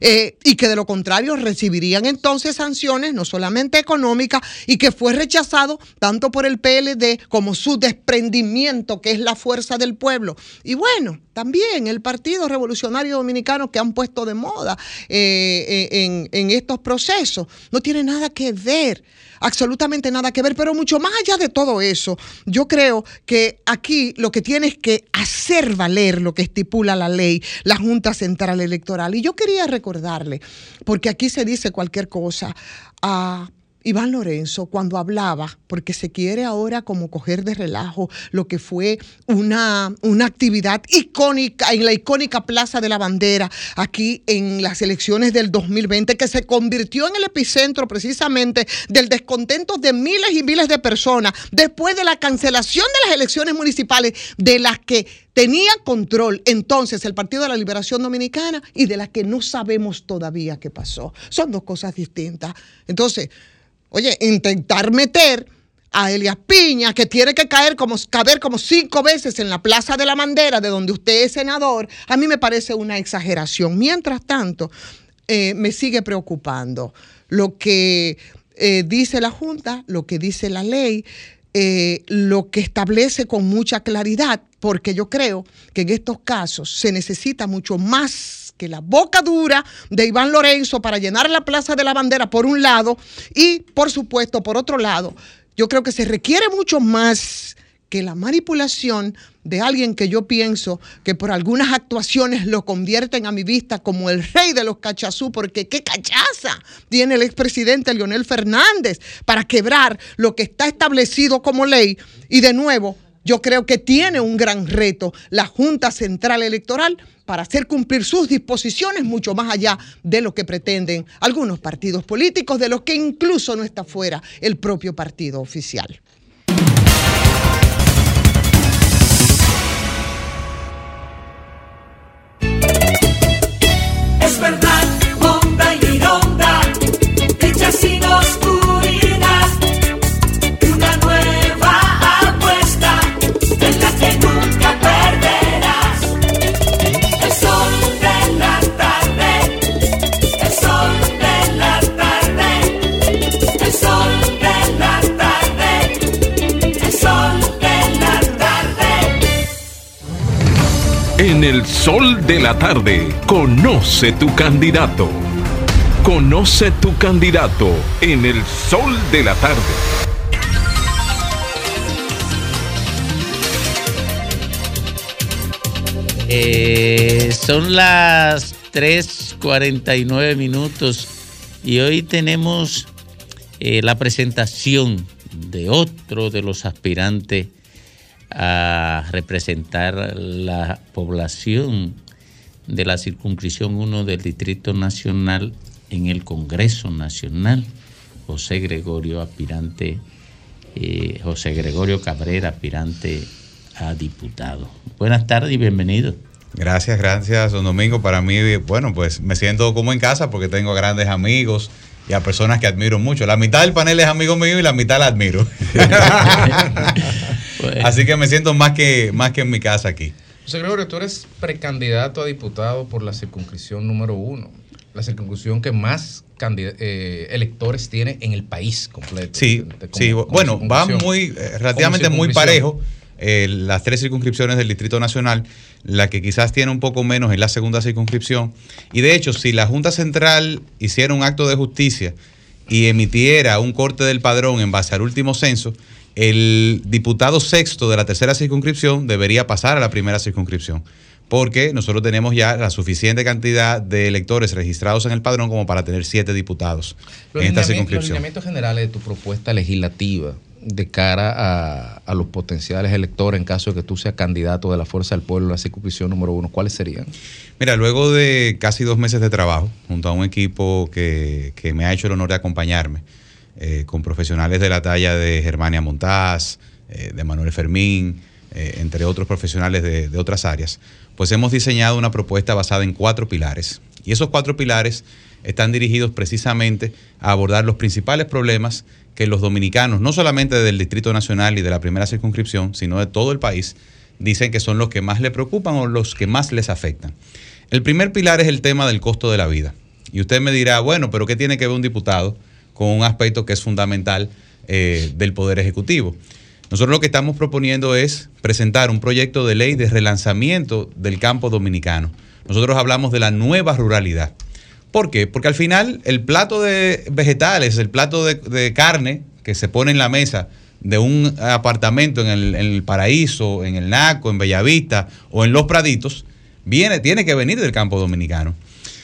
y que de lo contrario recibirían entonces sanciones, no solamente económicas, y que fue rechazado tanto por el PLD como su desprendimiento, que es la Fuerza del Pueblo. Y bueno, también el Partido Revolucionario Dominicano, que han puesto de moda en estos procesos, no tiene nada que ver, absolutamente nada que ver. Pero mucho más allá de todo eso, yo creo que aquí lo que tiene es que hacer valer lo que estipula la ley, la Junta Central Electoral. Y yo quería recordarle, porque aquí se dice cualquier cosa, a Iván Lorenzo, cuando hablaba, porque se quiere ahora como coger de relajo lo que fue una actividad icónica en la icónica Plaza de la Bandera, aquí en las elecciones del 2020, que se convirtió en el epicentro precisamente del descontento de miles y miles de personas después de la cancelación de las elecciones municipales, de las que tenía control entonces el Partido de la Liberación Dominicana y de las que no sabemos todavía qué pasó. Son dos cosas distintas. Entonces, oye, intentar meter a Elías Piña, que tiene que caber como 5 veces en la Plaza de la Bandera, de donde usted es senador, a mí me parece una exageración. Mientras tanto, me sigue preocupando. Lo que dice la Junta, lo que dice la ley, lo que establece con mucha claridad, porque yo creo que en estos casos se necesita mucho más que la boca dura de Iván Lorenzo para llenar la Plaza de la Bandera por un lado y, por supuesto, por otro lado, yo creo que se requiere mucho más que la manipulación de alguien que yo pienso que por algunas actuaciones lo convierten a mi vista como el rey de los cachazú, porque qué cachaza tiene el expresidente Leonel Fernández para quebrar lo que está establecido como ley. Y de nuevo, yo creo que tiene un gran reto la Junta Central Electoral para hacer cumplir sus disposiciones mucho más allá de lo que pretenden algunos partidos políticos, de los que incluso no está fuera el propio partido oficial. Es verdad, Honda y Lironda, hechas sin oscuridad, una nueva apuesta en la que nunca perderás. El sol de la tarde, el sol de la tarde, el sol de la tarde, el sol de la tarde. En el sol de la tarde, conoce tu candidato. Conoce tu candidato en el sol de la tarde. Son las 3:49 minutos y hoy tenemos la presentación de otro de los aspirantes a representar la población de la circunscripción 1 del Distrito Nacional en el Congreso Nacional, José Gregorio Cabrera, aspirante a diputado. Buenas tardes y bienvenido. Gracias, don Domingo. Para mí, bueno, pues me siento como en casa porque tengo grandes amigos y a personas que admiro mucho. La mitad del panel es amigo mío y la mitad la admiro. Así que me siento más que en mi casa aquí. José Gregorio, tú eres precandidato a diputado por la circunscripción número 1, la circunscripción que más electores tiene en el país completo. Sí, bueno, va relativamente muy parejo. Las tres circunscripciones del Distrito Nacional, la que quizás tiene un poco menos es la segunda circunscripción. Y de hecho, si la Junta Central hiciera un acto de justicia y emitiera un corte del padrón en base al último censo, el diputado sexto de la tercera circunscripción debería pasar a la primera circunscripción, porque nosotros tenemos ya la suficiente cantidad de electores registrados en el padrón como para tener 7 diputados en esta circunscripción. Los lineamientos generales de tu propuesta legislativa de cara a los potenciales electores en caso de que tú seas candidato de la Fuerza del Pueblo a la circunscripción número 1, ¿cuáles serían? Mira, luego de casi 2 meses de trabajo, junto a un equipo que me ha hecho el honor de acompañarme, con profesionales de la talla de Germania Montaz, de Manuel Fermín, entre otros profesionales de otras áreas, pues hemos diseñado una propuesta basada en 4 pilares. Y esos 4 pilares están dirigidos precisamente a abordar los principales problemas que los dominicanos, no solamente del Distrito Nacional y de la primera circunscripción, sino de todo el país, dicen que son los que más les preocupan o los que más les afectan. El primer pilar es el tema del costo de la vida. Y usted me dirá, bueno, pero ¿qué tiene que ver un diputado con un aspecto que es fundamental del Poder Ejecutivo? Nosotros lo que estamos proponiendo es presentar un proyecto de ley de relanzamiento del campo dominicano. Nosotros hablamos de la nueva ruralidad. ¿Por qué? Porque al final el plato de vegetales, el plato de carne que se pone en la mesa de un apartamento en el Paraíso, en el Naco, en Bellavista o en Los Praditos, tiene que venir del campo dominicano.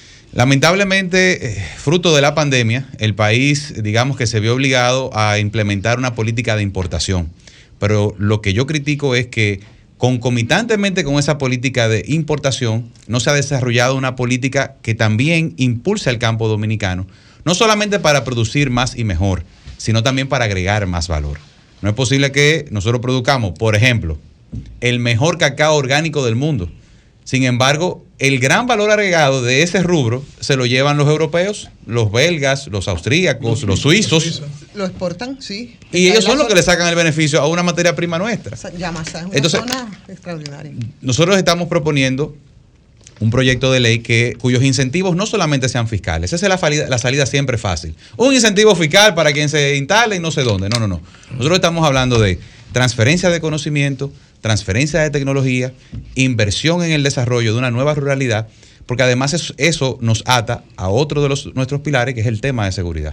Lamentablemente, fruto de la pandemia, el país, digamos que se vio obligado a implementar una política de importación. Pero lo que yo critico es que concomitantemente con esa política de importación, no se ha desarrollado una política que también impulse al campo dominicano, no solamente para producir más y mejor, sino también para agregar más valor. No es posible que nosotros produzcamos, por ejemplo, el mejor cacao orgánico del mundo. Sin embargo, el gran valor agregado de ese rubro se lo llevan los europeos, los belgas, los austríacos, los suizos. Lo exportan, sí. Y ellos son los que le sacan el beneficio a una materia prima nuestra. Entonces, es una zona extraordinaria. Nosotros estamos proponiendo un proyecto de ley cuyos incentivos no solamente sean fiscales. Esa es la salida siempre fácil. Un incentivo fiscal para quien se instale y no sé dónde. No. Nosotros estamos hablando de transferencia de conocimiento, transferencia de tecnología, inversión en el desarrollo de una nueva ruralidad, porque además eso nos ata a otro de nuestros pilares, que es el tema de seguridad.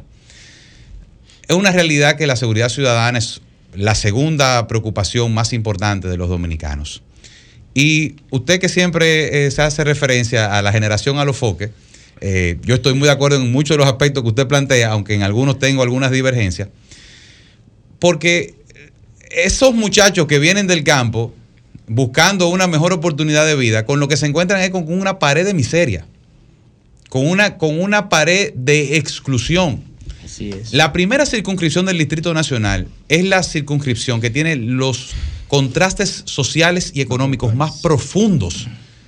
Es una realidad que la seguridad ciudadana es la segunda preocupación más importante de los dominicanos. Y usted que siempre se hace referencia a la generación a los foques, yo estoy muy de acuerdo en muchos de los aspectos que usted plantea, aunque en algunos tengo algunas divergencias, porque esos muchachos que vienen del campo buscando una mejor oportunidad de vida, con lo que se encuentran es con una pared de miseria, con una pared de exclusión. Así es. La primera circunscripción del Distrito Nacional es la circunscripción que tiene los contrastes sociales y económicos más profundos.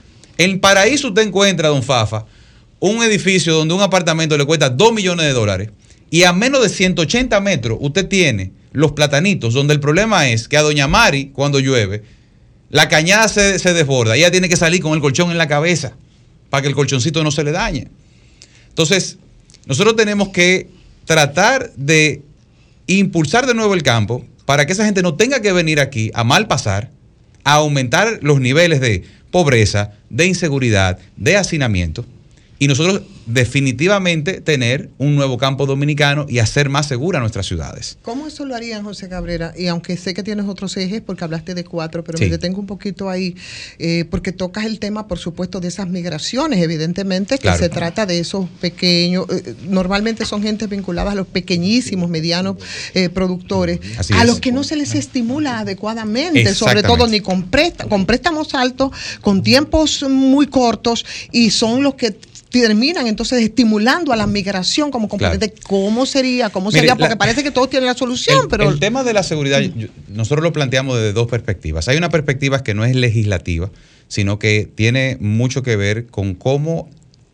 En Paraíso usted encuentra, don Fafa, un edificio donde un apartamento le cuesta $2 millones y a menos de 180 metros usted tiene Los Platanitos, donde el problema es que a doña Mari, cuando llueve, la cañada se desborda y ella tiene que salir con el colchón en la cabeza para que el colchoncito no se le dañe. Entonces, nosotros tenemos que tratar de impulsar de nuevo el campo para que esa gente no tenga que venir aquí a mal pasar, a aumentar los niveles de pobreza, de inseguridad, de hacinamiento, y nosotros definitivamente tener un nuevo campo dominicano y hacer más seguras nuestras ciudades. ¿Cómo eso lo harían, José Cabrera? Y aunque sé que tienes otros ejes, porque hablaste de 4, pero Sí. me detengo un poquito ahí, porque tocas el tema, por supuesto, de esas migraciones, evidentemente, que Claro. se trata de esos pequeños, normalmente son gente vinculada a los pequeñísimos, medianos productores, Así a es. los que no se les estimula adecuadamente, sobre Exactamente. todo ni con préstamos altos, con tiempos muy cortos, y son los que terminan entonces estimulando a la migración como componente. Claro. ¿Cómo sería? Mire, Porque parece que todos tienen la solución, pero El tema de la seguridad, nosotros lo planteamos desde dos perspectivas. Hay una perspectiva que no es legislativa, sino que tiene mucho que ver con cómo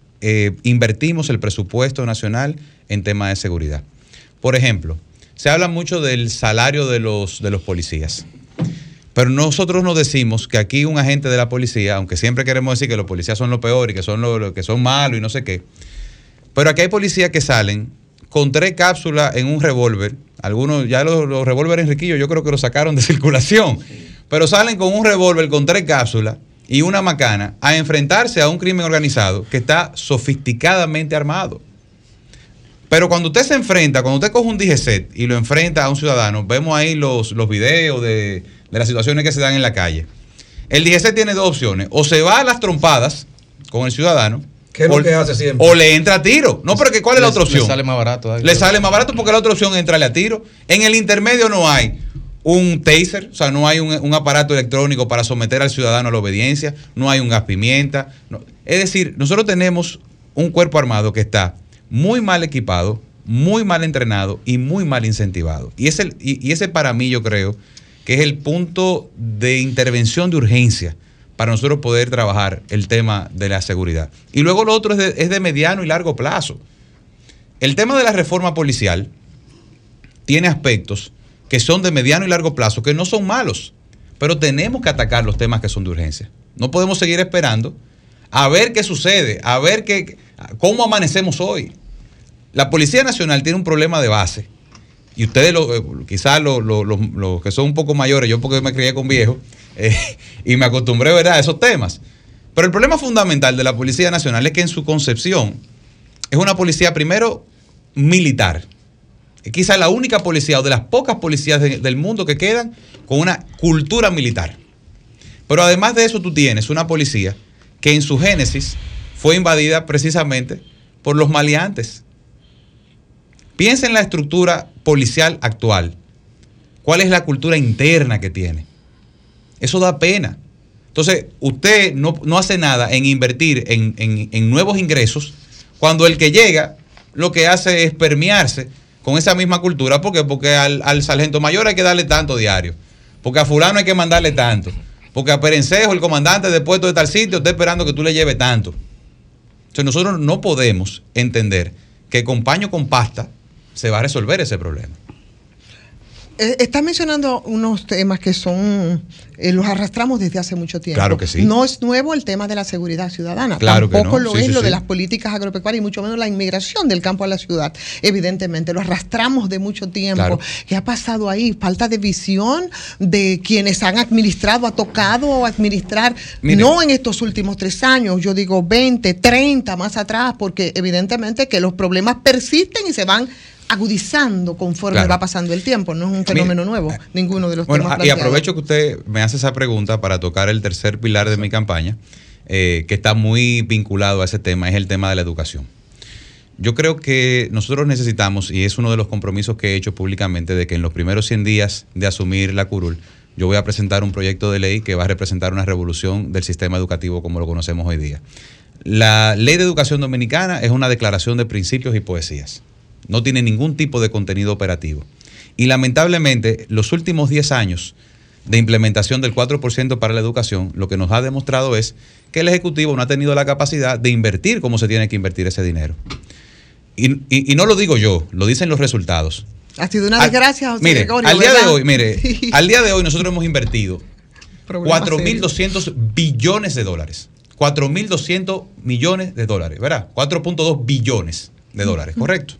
invertimos el presupuesto nacional en temas de seguridad. Por ejemplo, se habla mucho del salario de los policías. Pero nosotros nos decimos que aquí un agente de la policía, aunque siempre queremos decir que los policías son lo peor y que son lo que son malos y no sé qué, pero aquí hay policías que salen con 3 cápsulas en un revólver. Algunos, ya los revólveres Enriquillo, yo creo que los sacaron de circulación, pero salen con un revólver con 3 cápsulas y una macana a enfrentarse a un crimen organizado que está sofisticadamente armado. Pero cuando usted se enfrenta, cuando usted coge un DGCET y lo enfrenta a un ciudadano, vemos ahí los videos de las situaciones que se dan en la calle. El DGCET tiene 2 opciones: o se va a las trompadas con el ciudadano, ¿qué es lo que hace siempre? o le entra a tiro. No, pero ¿cuál es la otra opción? Le sale más barato. Le sale más barato porque la otra opción es entrarle a tiro. En el intermedio no hay un taser, o sea, no hay un aparato electrónico para someter al ciudadano a la obediencia, no hay un gas pimienta. No. Es decir, nosotros tenemos un cuerpo armado que está muy mal equipado, muy mal entrenado y muy mal incentivado. Y ese para mí yo creo que es el punto de intervención de urgencia para nosotros poder trabajar el tema de la seguridad. Y luego lo otro es de mediano y largo plazo. El tema de la reforma policial tiene aspectos que son de mediano y largo plazo, que no son malos, pero tenemos que atacar los temas que son de urgencia. No podemos seguir esperando a ver qué sucede, a ver cómo amanecemos hoy. La Policía Nacional tiene un problema de base, y ustedes quizás los que son un poco mayores, yo porque me crié con viejos y me acostumbré, ¿verdad?, a esos temas. Pero el problema fundamental de la Policía Nacional es que en su concepción es una policía, primero, militar. Es quizás la única policía o de las pocas policías del mundo que quedan con una cultura militar. Pero además de eso, tú tienes una policía que en su génesis fue invadida precisamente por los maleantes. Piensa en la estructura policial actual. ¿Cuál es la cultura interna que tiene? Eso da pena. Entonces, usted no hace nada en invertir en nuevos ingresos cuando el que llega lo que hace es permearse con esa misma cultura. ¿Por qué? Porque al sargento mayor hay que darle tanto diario. Porque a fulano hay que mandarle tanto. Porque a Perencejo, el comandante de puesto de tal sitio, está esperando que tú le lleves tanto. Entonces, nosotros no podemos entender que con paño con pasta se va a resolver ese problema. Estás mencionando unos temas que son, los arrastramos desde hace mucho tiempo. Claro que sí. No es nuevo el tema de la seguridad ciudadana. Claro Tampoco que no. lo es lo de las políticas agropecuarias y mucho menos la inmigración del campo a la ciudad. Evidentemente, lo arrastramos de mucho tiempo. Claro. ¿Qué ha pasado ahí? Falta de visión de quienes han administrado, ha tocado administrar, no en estos últimos 3 años, yo digo 20, 30 más atrás, porque evidentemente que los problemas persisten y se van agudizando conforme va pasando el tiempo. No es un fenómeno nuevo, ninguno de los temas planteados. Y aprovecho que usted me hace esa pregunta para tocar el tercer pilar de mi campaña, que está muy vinculado a ese tema, es el tema de la educación. Yo creo que nosotros necesitamos, y es uno de los compromisos que he hecho públicamente, de que en los primeros 100 días de asumir la curul, yo voy a presentar un proyecto de ley que va a representar una revolución del sistema educativo como lo conocemos hoy día. La Ley de Educación Dominicana es una declaración de principios y poesías. No tiene ningún tipo de contenido operativo. Y lamentablemente, los últimos 10 años de implementación del 4% para la educación, lo que nos ha demostrado es que el Ejecutivo no ha tenido la capacidad de invertir como se tiene que invertir ese dinero. Y no lo digo yo, lo dicen los resultados. Ha sido una desgracia, José Gregorio, al día de hoy, al día de hoy nosotros hemos invertido 4.200 billones de dólares. 4.200 millones de dólares, ¿verdad? 4.2 billones de dólares, ¿correcto?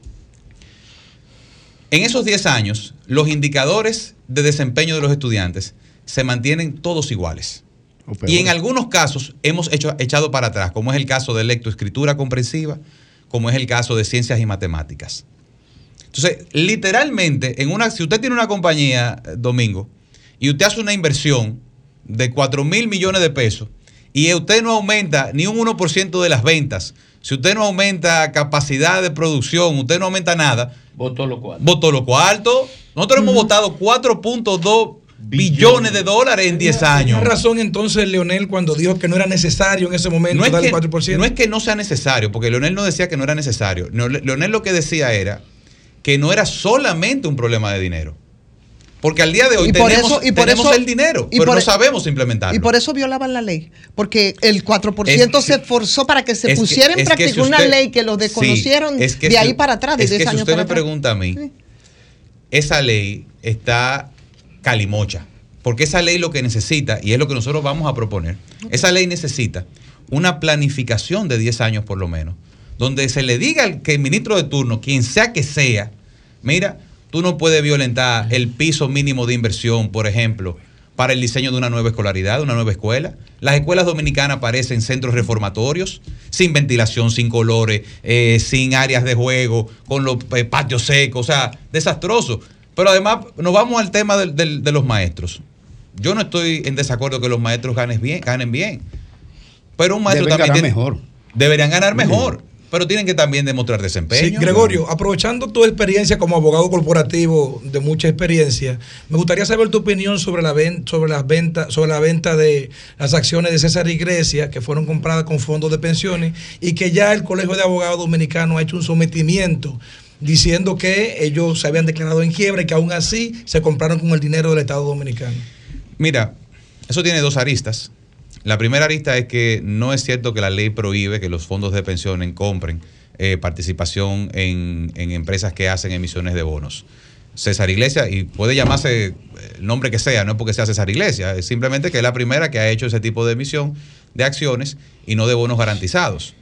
En esos 10 años, los indicadores de desempeño de los estudiantes se mantienen todos iguales. Y en algunos casos hemos echado para atrás, como es el caso de lectoescritura comprensiva, como es el caso de ciencias y matemáticas. Entonces, literalmente, si usted tiene una compañía, Domingo, y usted hace una inversión de 4.000 millones de pesos, y usted no aumenta ni un 1% de las ventas, si usted no aumenta capacidad de producción, usted no aumenta nada, votó lo cuarto. Nosotros hemos votado 4.2 billones de dólares en 10 años. ¿Tiene razón entonces Leonel cuando dijo que no era necesario en ese momento dar el 4%? No es que no sea necesario, porque Leonel no decía que no era necesario. Leonel lo que decía era que no era solamente un problema de dinero. Porque al día de hoy tenemos el dinero, pero no sabemos implementarlo. Y por eso violaban la ley. Porque el 4% se esforzó para que se pusiera en práctica una ley que los desconocieron de ahí para atrás. Es que si usted me pregunta a mí, esa ley está calimocha. Porque esa ley lo que necesita, y es lo que nosotros vamos a proponer, esa ley necesita una planificación de 10 años por lo menos, donde se le diga al que el ministro de turno, quien sea que sea, mira, tú no puedes violentar el piso mínimo de inversión, por ejemplo, para el diseño de una nueva escolaridad, de una nueva escuela. Las escuelas dominicanas parecen centros reformatorios, sin ventilación, sin colores, sin áreas de juego, con los patios secos, o sea, desastroso. Pero además nos vamos al tema de los maestros. Yo no estoy en desacuerdo que los maestros ganen bien, pero un maestro deberían ganar mejor. Pero tienen que también demostrar desempeño. Sí, Gregorio, aprovechando tu experiencia como abogado corporativo de mucha experiencia, me gustaría saber tu opinión sobre la venta de las acciones de César Iglesia que fueron compradas con fondos de pensiones y que ya el Colegio de Abogados Dominicanos ha hecho un sometimiento diciendo que ellos se habían declarado en quiebra y que aún así se compraron con el dinero del Estado Dominicano. Mira, eso tiene 2 aristas. La primera arista es que no es cierto que la ley prohíbe que los fondos de pensiones compren participación en empresas que hacen emisiones de bonos. César Iglesia, y puede llamarse el nombre que sea, no es porque sea César Iglesia, es simplemente que es la primera que ha hecho ese tipo de emisión de acciones y no de bonos garantizados.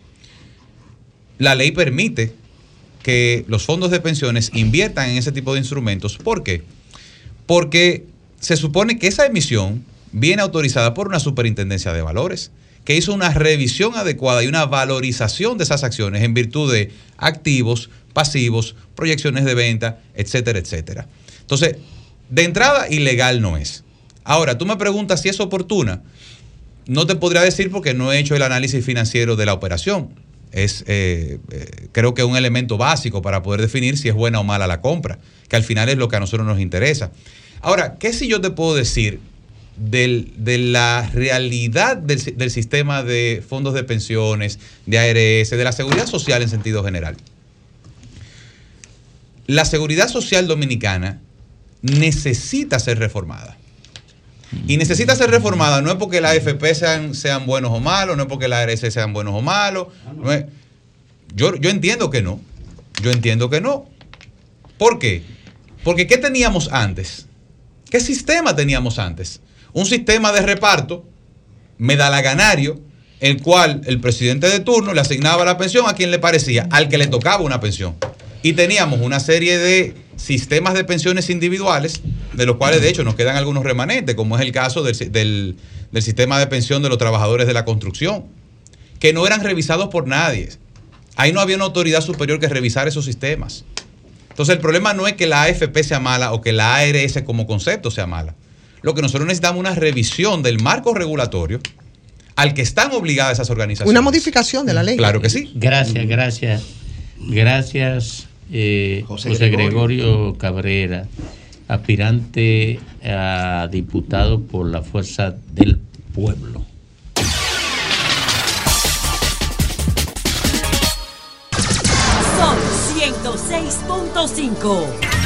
La ley permite que los fondos de pensiones inviertan en ese tipo de instrumentos. ¿Por qué? Porque se supone que esa emisión viene autorizada por una superintendencia de valores que hizo una revisión adecuada y una valorización de esas acciones en virtud de activos, pasivos, proyecciones de venta, etcétera, etcétera. Entonces, de entrada, ilegal no es. Ahora, tú me preguntas si es oportuna. No te podría decir porque no he hecho el análisis financiero de la operación. Es, creo que un elemento básico para poder definir si es buena o mala la compra, que al final es lo que a nosotros nos interesa. Ahora, ¿qué si yo te puedo decir de la realidad del sistema de fondos de pensiones, de ARS, de la seguridad social en sentido general? La seguridad social dominicana necesita ser reformada. Y necesita ser reformada no es porque la AFP sean buenos o malos, no es porque la ARS sean buenos o malos. No es, yo entiendo que no. Yo entiendo que no. ¿Por qué? Porque ¿qué teníamos antes? ¿Qué sistema teníamos antes? Un sistema de reparto medalaganario, el cual el presidente de turno le asignaba la pensión a quien le parecía, al que le tocaba una pensión. Y teníamos una serie de sistemas de pensiones individuales, de los cuales de hecho nos quedan algunos remanentes, como es el caso del sistema de pensión de los trabajadores de la construcción, que no eran revisados por nadie. Ahí no había una autoridad superior que revisara esos sistemas. Entonces el problema no es que la AFP sea mala o que la ARS como concepto sea mala. Lo que nosotros necesitamos es una revisión del marco regulatorio al que están obligadas esas organizaciones. Una modificación de la ley. Claro que sí. Gracias. José Gregorio Cabrera, aspirante a diputado por la Fuerza del Pueblo. Son 106.5.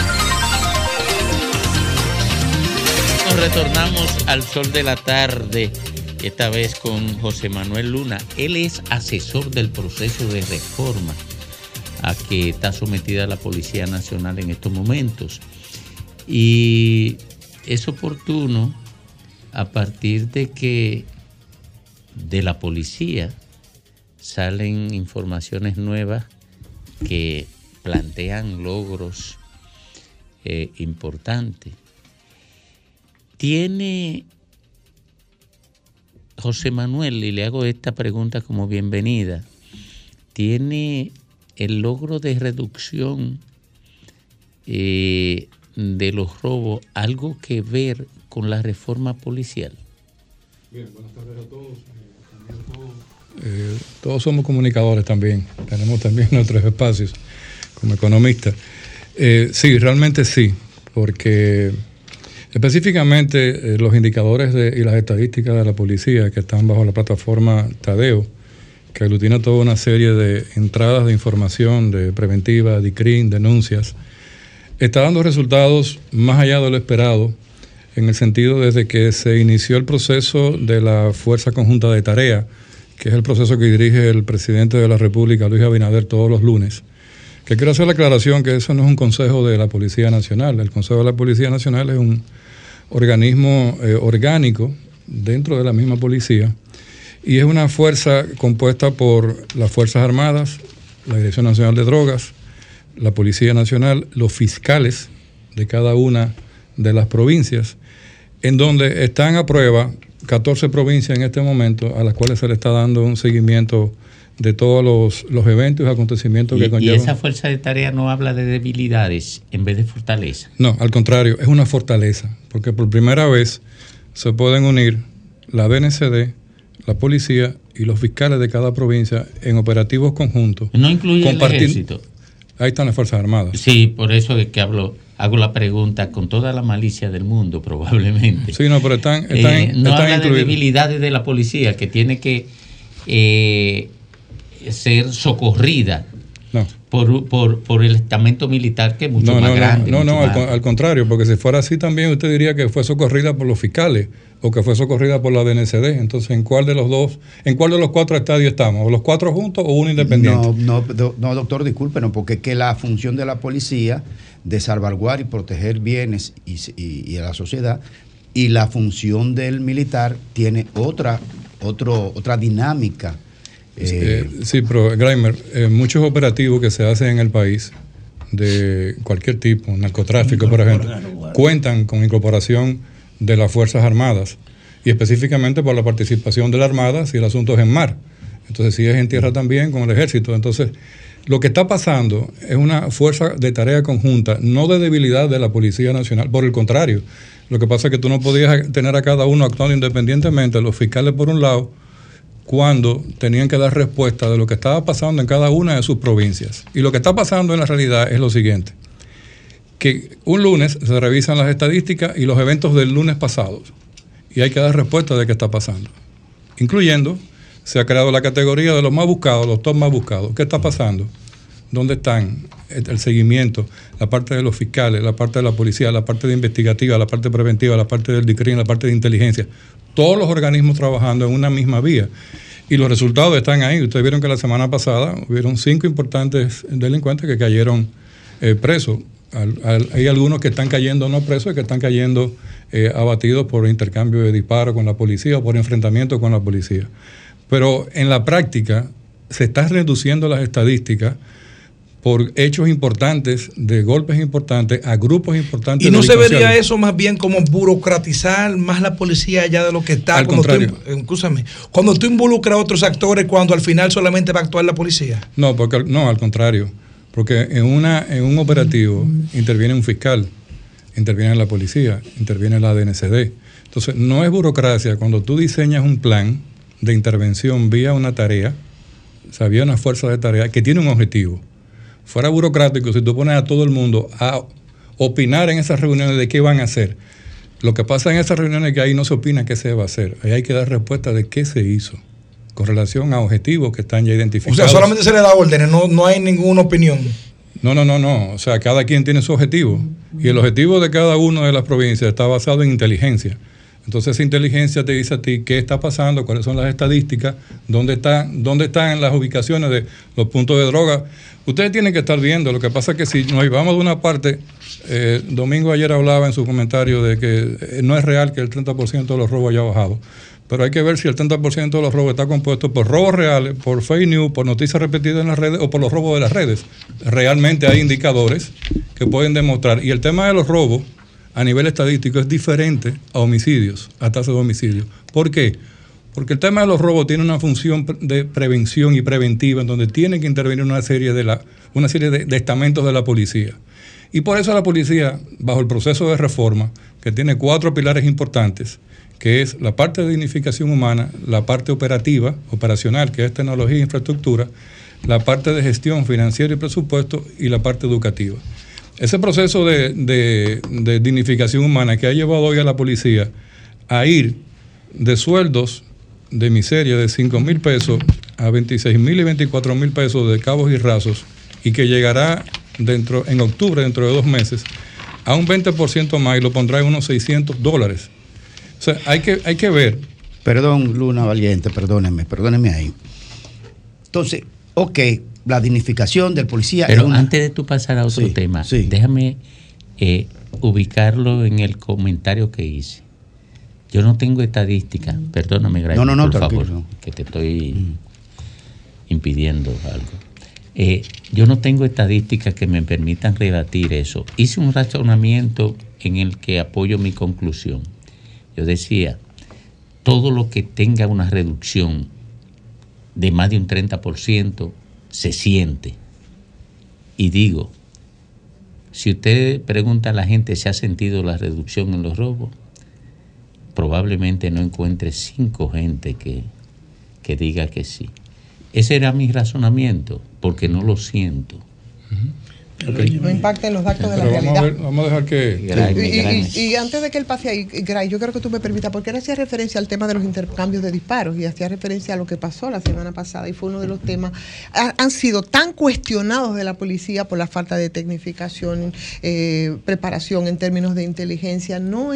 Nos retornamos al sol de la tarde, esta vez con José Manuel Luna. Él es asesor del proceso de reforma a que está sometida la Policía Nacional en estos momentos. Y es oportuno, a partir de que de la policía salen informaciones nuevas que plantean logros importantes. Tiene José Manuel, y le hago esta pregunta como bienvenida, ¿tiene el logro de reducción de los robos algo que ver con la reforma policial? Bien, buenas tardes a todos. Todos somos comunicadores también, tenemos también nuestros espacios como economistas. Sí, realmente sí, porque específicamente los indicadores y las estadísticas de la policía que están bajo la plataforma Tadeo, que aglutina toda una serie de entradas de información, de preventiva, de CRIM, denuncias, está dando resultados más allá de lo esperado, en el sentido desde que se inició el proceso de la Fuerza Conjunta de Tarea, que es el proceso que dirige el presidente de la República, Luis Abinader, todos los lunes. Que quiero hacer la aclaración que eso no es un consejo de la Policía Nacional. El Consejo de la Policía Nacional es un organismo orgánico dentro de la misma policía, y es una fuerza compuesta por las Fuerzas Armadas, la Dirección Nacional de Drogas, la Policía Nacional, los fiscales de cada una de las provincias, en donde están a prueba 14 provincias en este momento, a las cuales se le está dando un seguimiento de todos los eventos y acontecimientos que conllevan. ¿Y esa fuerza de tarea no habla de debilidades en vez de fortaleza? No, al contrario, es una fortaleza, porque por primera vez se pueden unir la DNCD, la policía y los fiscales de cada provincia en operativos conjuntos. ¿No incluye el ejército? Ahí están las Fuerzas Armadas. Sí, por eso es que hago la pregunta con toda la malicia del mundo, probablemente. Sí, no, pero están no habla de debilidades de la policía, que tiene que ser socorrida por el estamento militar, que es mucho más grande. Al contrario, porque si fuera así también usted diría que fue socorrida por los fiscales o que fue socorrida por la DNCD. Entonces, ¿en cuál de los cuatro estadios estamos? ¿O los cuatro juntos o uno independiente? No, doctor, discúlpenos, porque es que la función de la policía de salvaguardar y proteger bienes y a la sociedad, y la función del militar tiene otra dinámica. Sí, pero Graimer, muchos operativos que se hacen en el país de cualquier tipo, narcotráfico por ejemplo, cuentan con incorporación de las Fuerzas Armadas, y específicamente por la participación de la Armada si el asunto es en mar. Entonces si es en tierra también con el ejército. Entonces lo que está pasando es una fuerza de tarea conjunta, no de debilidad de la Policía Nacional, por el contrario. Lo que pasa es que tú no podías tener a cada uno actuando independientemente, los fiscales por un lado, cuando tenían que dar respuesta de lo que estaba pasando en cada una de sus provincias. Y lo que está pasando en la realidad es lo siguiente, que un lunes se revisan las estadísticas y los eventos del lunes pasados, y hay que dar respuesta de qué está pasando, incluyendo, se ha creado la categoría de los más buscados, los top más buscados. ¿Qué está pasando? ¿Dónde están? El seguimiento, la parte de los fiscales, la parte de la policía, la parte de investigativa, la parte preventiva, la parte del DICRIM, la parte de inteligencia. Todos los organismos trabajando en una misma vía. Y los resultados están ahí. Ustedes vieron que la semana pasada hubieron 5 importantes delincuentes que cayeron presos. hay algunos que están cayendo no presos y que están cayendo abatidos por intercambio de disparos con la policía o por enfrentamiento con la policía. Pero en la práctica se están reduciendo las estadísticas por hechos importantes, de golpes importantes, a grupos importantes. ¿Y no se vería eso más bien como burocratizar más la policía allá de lo que está? Al contrario. Cuando tú involucras a otros actores, cuando al final solamente va a actuar la policía. No, al contrario. Porque en un operativo interviene un fiscal, interviene la policía, interviene la DNCD. Entonces, no es burocracia cuando tú diseñas un plan de intervención vía una tarea, o sea, vía una fuerza de tarea que tiene un objetivo. Fuera burocrático si tú pones a todo el mundo a opinar en esas reuniones de qué van a hacer. Lo que pasa en esas reuniones es que ahí no se opina qué se va a hacer. Ahí hay que dar respuesta de qué se hizo con relación a objetivos que están ya identificados. O sea, solamente se le da órdenes, no hay ninguna opinión. No. O sea, cada quien tiene su objetivo. Y el objetivo de cada una de las provincias está basado en inteligencia. Entonces esa inteligencia te dice a ti qué está pasando, cuáles son las estadísticas, dónde están las ubicaciones de los puntos de droga. Ustedes tienen que estar viendo. Lo que pasa es que si nos vamos de una parte, Domingo ayer hablaba en su comentario de que no es real que el 30% de los robos haya bajado. Pero hay que ver si el 30% de los robos está compuesto por robos reales, por fake news, por noticias repetidas en las redes o por los robos de las redes. Realmente hay indicadores que pueden demostrar. Y el tema de los robos a nivel estadístico es diferente a homicidios, a tasas de homicidios. ¿Por qué? Porque el tema de los robos tiene una función de prevención y preventiva en donde tiene que intervenir una serie de estamentos de la policía. Y por eso la policía, bajo el proceso de reforma, que tiene 4 pilares importantes, que es la parte de dignificación humana, la parte operacional, que es tecnología e infraestructura, la parte de gestión financiera y presupuesto y la parte educativa. Ese proceso de dignificación humana que ha llevado hoy a la policía a ir de sueldos de miseria de 5,000 pesos a 26,000 y 24,000 pesos de cabos y rasos, y que llegará en octubre, dentro de 2 meses, a un 20% más y lo pondrá en unos $600. O sea, hay que ver. Perdón, Luna Valiente, perdóneme ahí. Entonces, la dignificación del policía. Pero antes de tú pasar a otro tema, déjame ubicarlo en el comentario que hice. Yo no tengo estadística, perdóname, gracias, por favor, que te estoy impidiendo algo. Yo no tengo estadísticas que me permitan rebatir eso. Hice un razonamiento en el que apoyo mi conclusión. Yo decía, todo lo que tenga una reducción de más de un 30% se siente. Y digo, si usted pregunta a la gente si ha sentido la reducción en los robos, probablemente no encuentre 5 gente que diga que sí. Ese era mi razonamiento, porque no lo siento. No impacten los datos de la realidad. Vamos a dejar que... Y antes de que él pase ahí, Gray, yo creo que tú me permitas, porque él hacía referencia al tema de los intercambios de disparos y hacía referencia a lo que pasó la semana pasada, y fue uno de los temas, han sido tan cuestionados de la policía por la falta de tecnificación, preparación en términos de inteligencia. No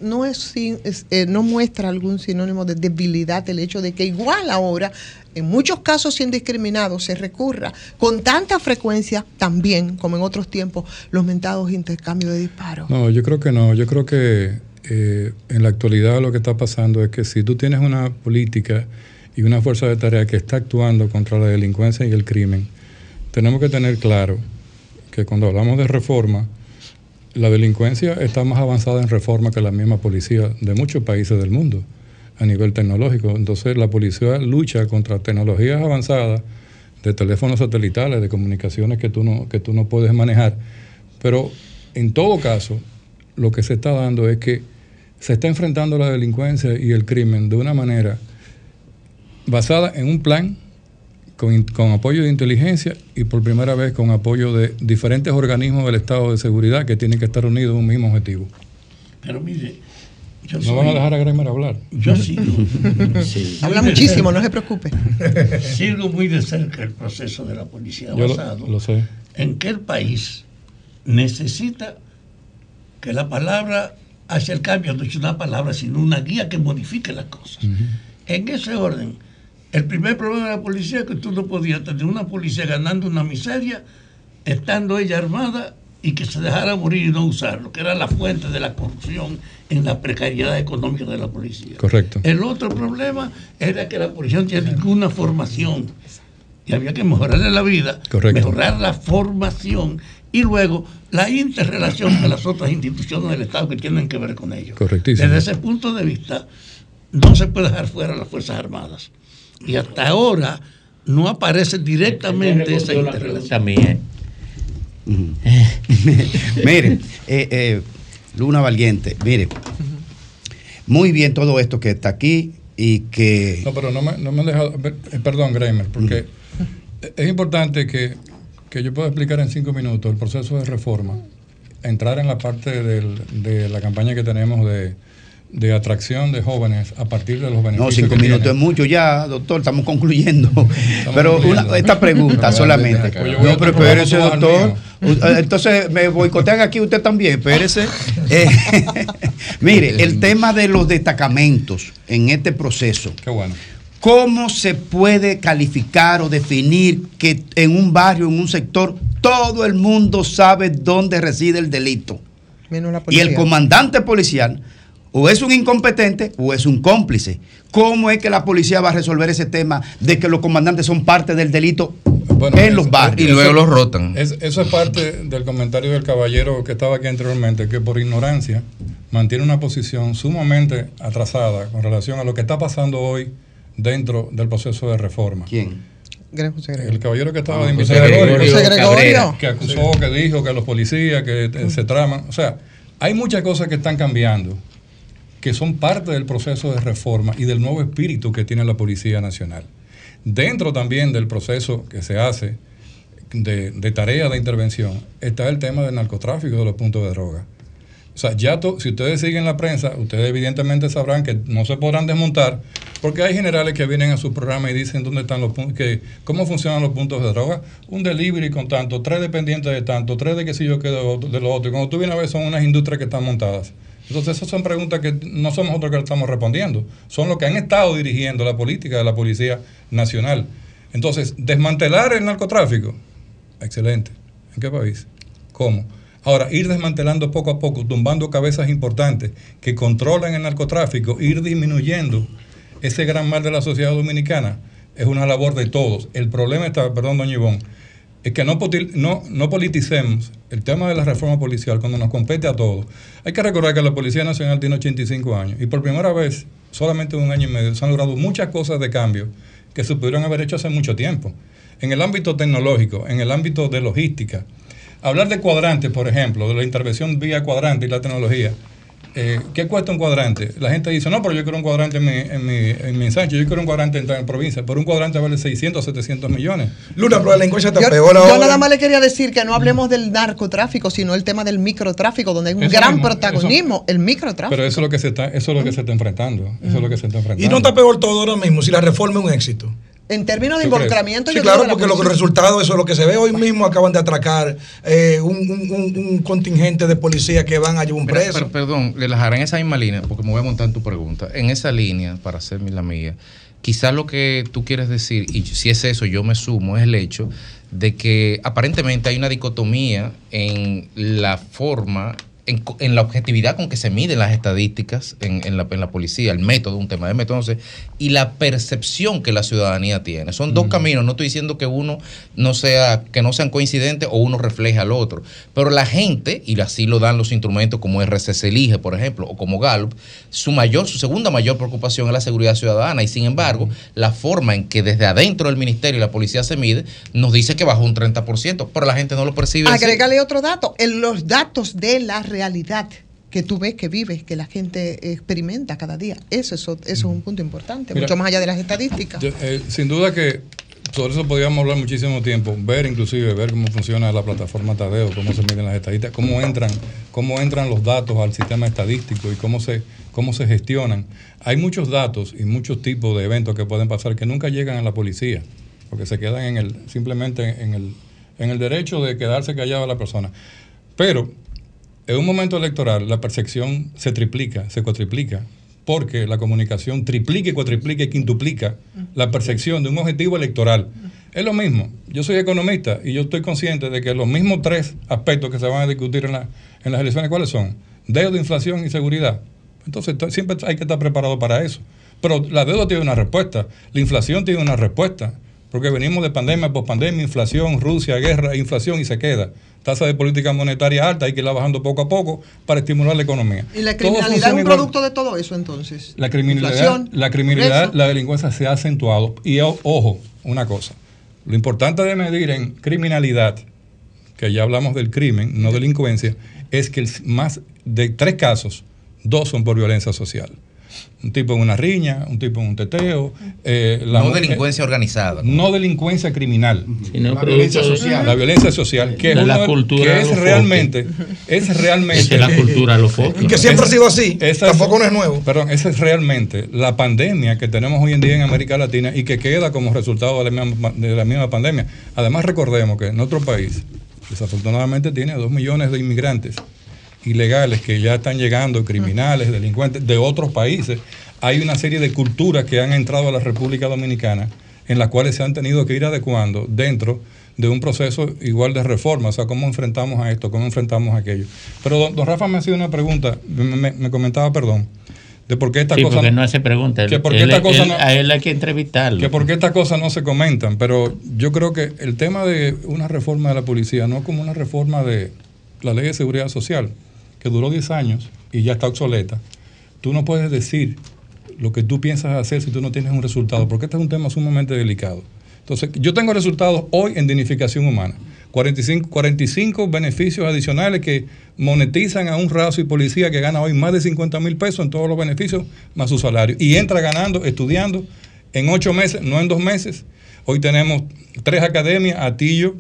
muestra algún sinónimo de debilidad el hecho de que igual ahora, en muchos casos indiscriminados, se recurra con tanta frecuencia también, como en otros tiempos, los mentados intercambios de disparos. No, yo creo que no. Yo creo que en la actualidad lo que está pasando es que si tú tienes una política y una fuerza de tarea que está actuando contra la delincuencia y el crimen, tenemos que tener claro que cuando hablamos de reforma, la delincuencia está más avanzada en reforma que la misma policía de muchos países del mundo a nivel tecnológico. Entonces la policía lucha contra tecnologías avanzadas de teléfonos satelitales, de comunicaciones que tú no puedes manejar. Pero en todo caso, lo que se está dando es que se está enfrentando la delincuencia y el crimen de una manera basada en un plan con apoyo de inteligencia y por primera vez con apoyo de diferentes organismos del Estado de seguridad que tienen que estar unidos en un mismo objetivo. Pero mire, no van a dejar a Greimer hablar. Yo sí. Habla muchísimo, no se preocupe. Sigo muy de cerca el proceso de la policía basado. Lo sé. En que el país necesita que la palabra hacia el cambio no es una palabra, sino una guía que modifique las cosas. En ese orden, el primer problema de la policía es que tú no podías tener una policía ganando una miseria, estando ella armada y que se dejara morir y no usarlo, que era la fuente de la corrupción en la precariedad económica de la policía. Correcto. El otro problema era que la policía no tiene ninguna formación y había que mejorarle la vida, correcto, mejorar la formación y luego la interrelación con las otras instituciones del Estado que tienen que ver con ello. Correctísimo. Desde ese punto de vista, no se puede dejar fuera a las Fuerzas Armadas. Y hasta ahora no aparece directamente esa interrelación. También. Mire, Luna Valiente, mire, muy bien todo esto que está aquí y que... No, pero no me han dejado... Perdón, Greimer, porque es importante que yo pueda explicar en 5 minutos el proceso de reforma, entrar en la parte de la campaña que tenemos de atracción de jóvenes a partir de los beneficios. No, 5 minutos es mucho ya, doctor, estamos concluyendo. Esta pregunta solamente. No, pero espérese, doctor. Entonces me boicotean aquí usted también, espérese. Mire, el tema de los destacamentos en este proceso. Qué bueno. ¿Cómo se puede calificar o definir que en un barrio, en un sector, todo el mundo sabe dónde reside el delito? Menos la Y policía. el comandante policial o es un incompetente o es un cómplice. ¿Cómo es que la policía va a resolver ese tema de que los comandantes son parte del delito en los barrios? Y luego los rotan. Eso es parte del comentario del caballero que estaba aquí anteriormente, que por ignorancia mantiene una posición sumamente atrasada con relación a lo que está pasando hoy dentro del proceso de reforma. ¿Quién? El caballero que estaba de José Gregorio. Que acusó, que dijo que los policías que se traman. O sea, hay muchas cosas que están cambiando, que son parte del proceso de reforma y del nuevo espíritu que tiene la Policía Nacional. Dentro también del proceso que se hace de tarea de intervención está el tema del narcotráfico y de los puntos de droga. O sea, si ustedes siguen la prensa, ustedes evidentemente sabrán que no se podrán desmontar, porque hay generales que vienen a su programa y dicen dónde están los puntos, cómo funcionan los puntos de droga. Un delivery con tanto, 3 dependientes de tanto, 3 de qué sé yo qué de lo otro. Y cuando tú vienes a ver, son unas industrias que están montadas. Entonces, esas son preguntas que no somos nosotros que estamos respondiendo. Son los que han estado dirigiendo la política de la Policía Nacional. Entonces, desmantelar el narcotráfico, excelente. ¿En qué país? ¿Cómo? Ahora, ir desmantelando poco a poco, tumbando cabezas importantes que controlan el narcotráfico, ir disminuyendo ese gran mal de la sociedad dominicana, es una labor de todos. El problema está, perdón, doña Ivonne, es que no politicemos el tema de la reforma policial cuando nos compete a todos. Hay que recordar que la Policía Nacional tiene 85 años y por primera vez, solamente en 1 año y medio, se han logrado muchas cosas de cambio que se pudieron haber hecho hace mucho tiempo. En el ámbito tecnológico, en el ámbito de logística. Hablar de cuadrantes, por ejemplo, de la intervención vía cuadrante y la tecnología. ¿Qué cuesta un cuadrante? La gente dice, no, pero yo quiero un cuadrante en mi ensanche, yo quiero un cuadrante en la provincia, pero un cuadrante vale 600, 700 millones. Luna, pero la delincuencia está peor ahora. Yo nada más le quería decir que no hablemos del narcotráfico, sino el tema del microtráfico, donde hay un gran protagonismo, el microtráfico. Pero eso es lo que se está enfrentando. Eso es lo que se está enfrentando. Y no está peor todo ahora mismo, si la reforma es un éxito. En términos de involucramiento, sí, claro, porque los resultados, eso es lo que se ve hoy mismo, acaban de atracar un contingente de policías que van a llevar un preso. Pero, perdón, Lajara, en esa misma línea, porque me voy a montar en tu pregunta, en esa línea, para hacer la mía, quizás lo que tú quieres decir, y si es eso, yo me sumo, es el hecho de que aparentemente hay una dicotomía en la forma, en la objetividad con que se miden las estadísticas en la policía, el método, un tema de método, entonces, y la percepción que la ciudadanía tiene. Son dos caminos, no estoy diciendo que uno que no sean coincidentes o uno refleje al otro, pero la gente, y así lo dan los instrumentos como RCC Elige, por ejemplo, o como Gallup, su segunda mayor preocupación es la seguridad ciudadana, y sin embargo, la forma en que desde adentro del ministerio y la policía se mide, nos dice que bajó un 30%, pero la gente no lo percibe así. Agrégale otro dato, en los datos de la realidad que tú ves, que vives, que la gente experimenta cada día. Eso es un punto importante, mucho más allá de las estadísticas. Sin duda que sobre eso podríamos hablar muchísimo tiempo, ver cómo funciona la plataforma Tadeo, cómo se miden las estadísticas, cómo entran los datos al sistema estadístico y cómo se gestionan. Hay muchos datos y muchos tipos de eventos que pueden pasar que nunca llegan a la policía, porque se quedan simplemente en el derecho de quedarse callado a la persona. Pero en un momento electoral la percepción se triplica, se cuatriplica, porque la comunicación triplica, cuatriplica y quintuplica la percepción de un objetivo electoral. Es lo mismo. Yo soy economista y yo estoy consciente de que los mismos 3 aspectos que se van a discutir en las elecciones, ¿cuáles son? Deuda, inflación y seguridad. Entonces siempre hay que estar preparado para eso. Pero la deuda tiene una respuesta, la inflación tiene una respuesta, porque venimos de pandemia, pospandemia, inflación, Rusia, guerra, inflación y se queda. Tasa de política monetaria alta, hay que irla bajando poco a poco para estimular la economía. ¿Y la criminalidad es un producto de todo eso entonces? La criminalidad, la delincuencia se ha acentuado. Y ojo, una cosa, lo importante de medir en criminalidad, que ya hablamos del crimen, no delincuencia, es que más de 3 casos, 2 son por violencia social. Un tipo en una riña, un tipo en un teteo. No delincuencia organizada. No delincuencia criminal. Sino la violencia social. La violencia social, que es la cultura que es realmente. Es la cultura de los focos. Y que siempre ha sido así. Tampoco no es nuevo. Perdón, esa es realmente la pandemia que tenemos hoy en día en América Latina y que queda como resultado de la misma pandemia. Además, recordemos que nuestro país, desafortunadamente, tiene 2 millones de inmigrantes ilegales que ya están llegando, criminales, delincuentes de otros países. Hay una serie de culturas que han entrado a la República Dominicana en las cuales se han tenido que ir adecuando dentro de un proceso igual de reforma. O sea, ¿cómo enfrentamos a esto? ¿Cómo enfrentamos a aquello? Pero don Rafa me hacía una pregunta, me comentaba, perdón, de por qué estas cosas... porque no hace preguntas. A él hay que entrevistarlo. Que por qué estas cosas no se comentan. Pero yo creo que el tema de una reforma de la policía no es como una reforma de la Ley de Seguridad Social, que duró 10 años y ya está obsoleta. Tú no puedes decir lo que tú piensas hacer si tú no tienes un resultado, porque este es un tema sumamente delicado. Entonces, yo tengo resultados hoy en dignificación humana. 45 beneficios adicionales que monetizan a un raso y policía que gana hoy más de 50 mil pesos en todos los beneficios, más su salario. Y entra ganando, estudiando, en 8 meses, no en 2 meses. Hoy tenemos 3 academias, Atillo,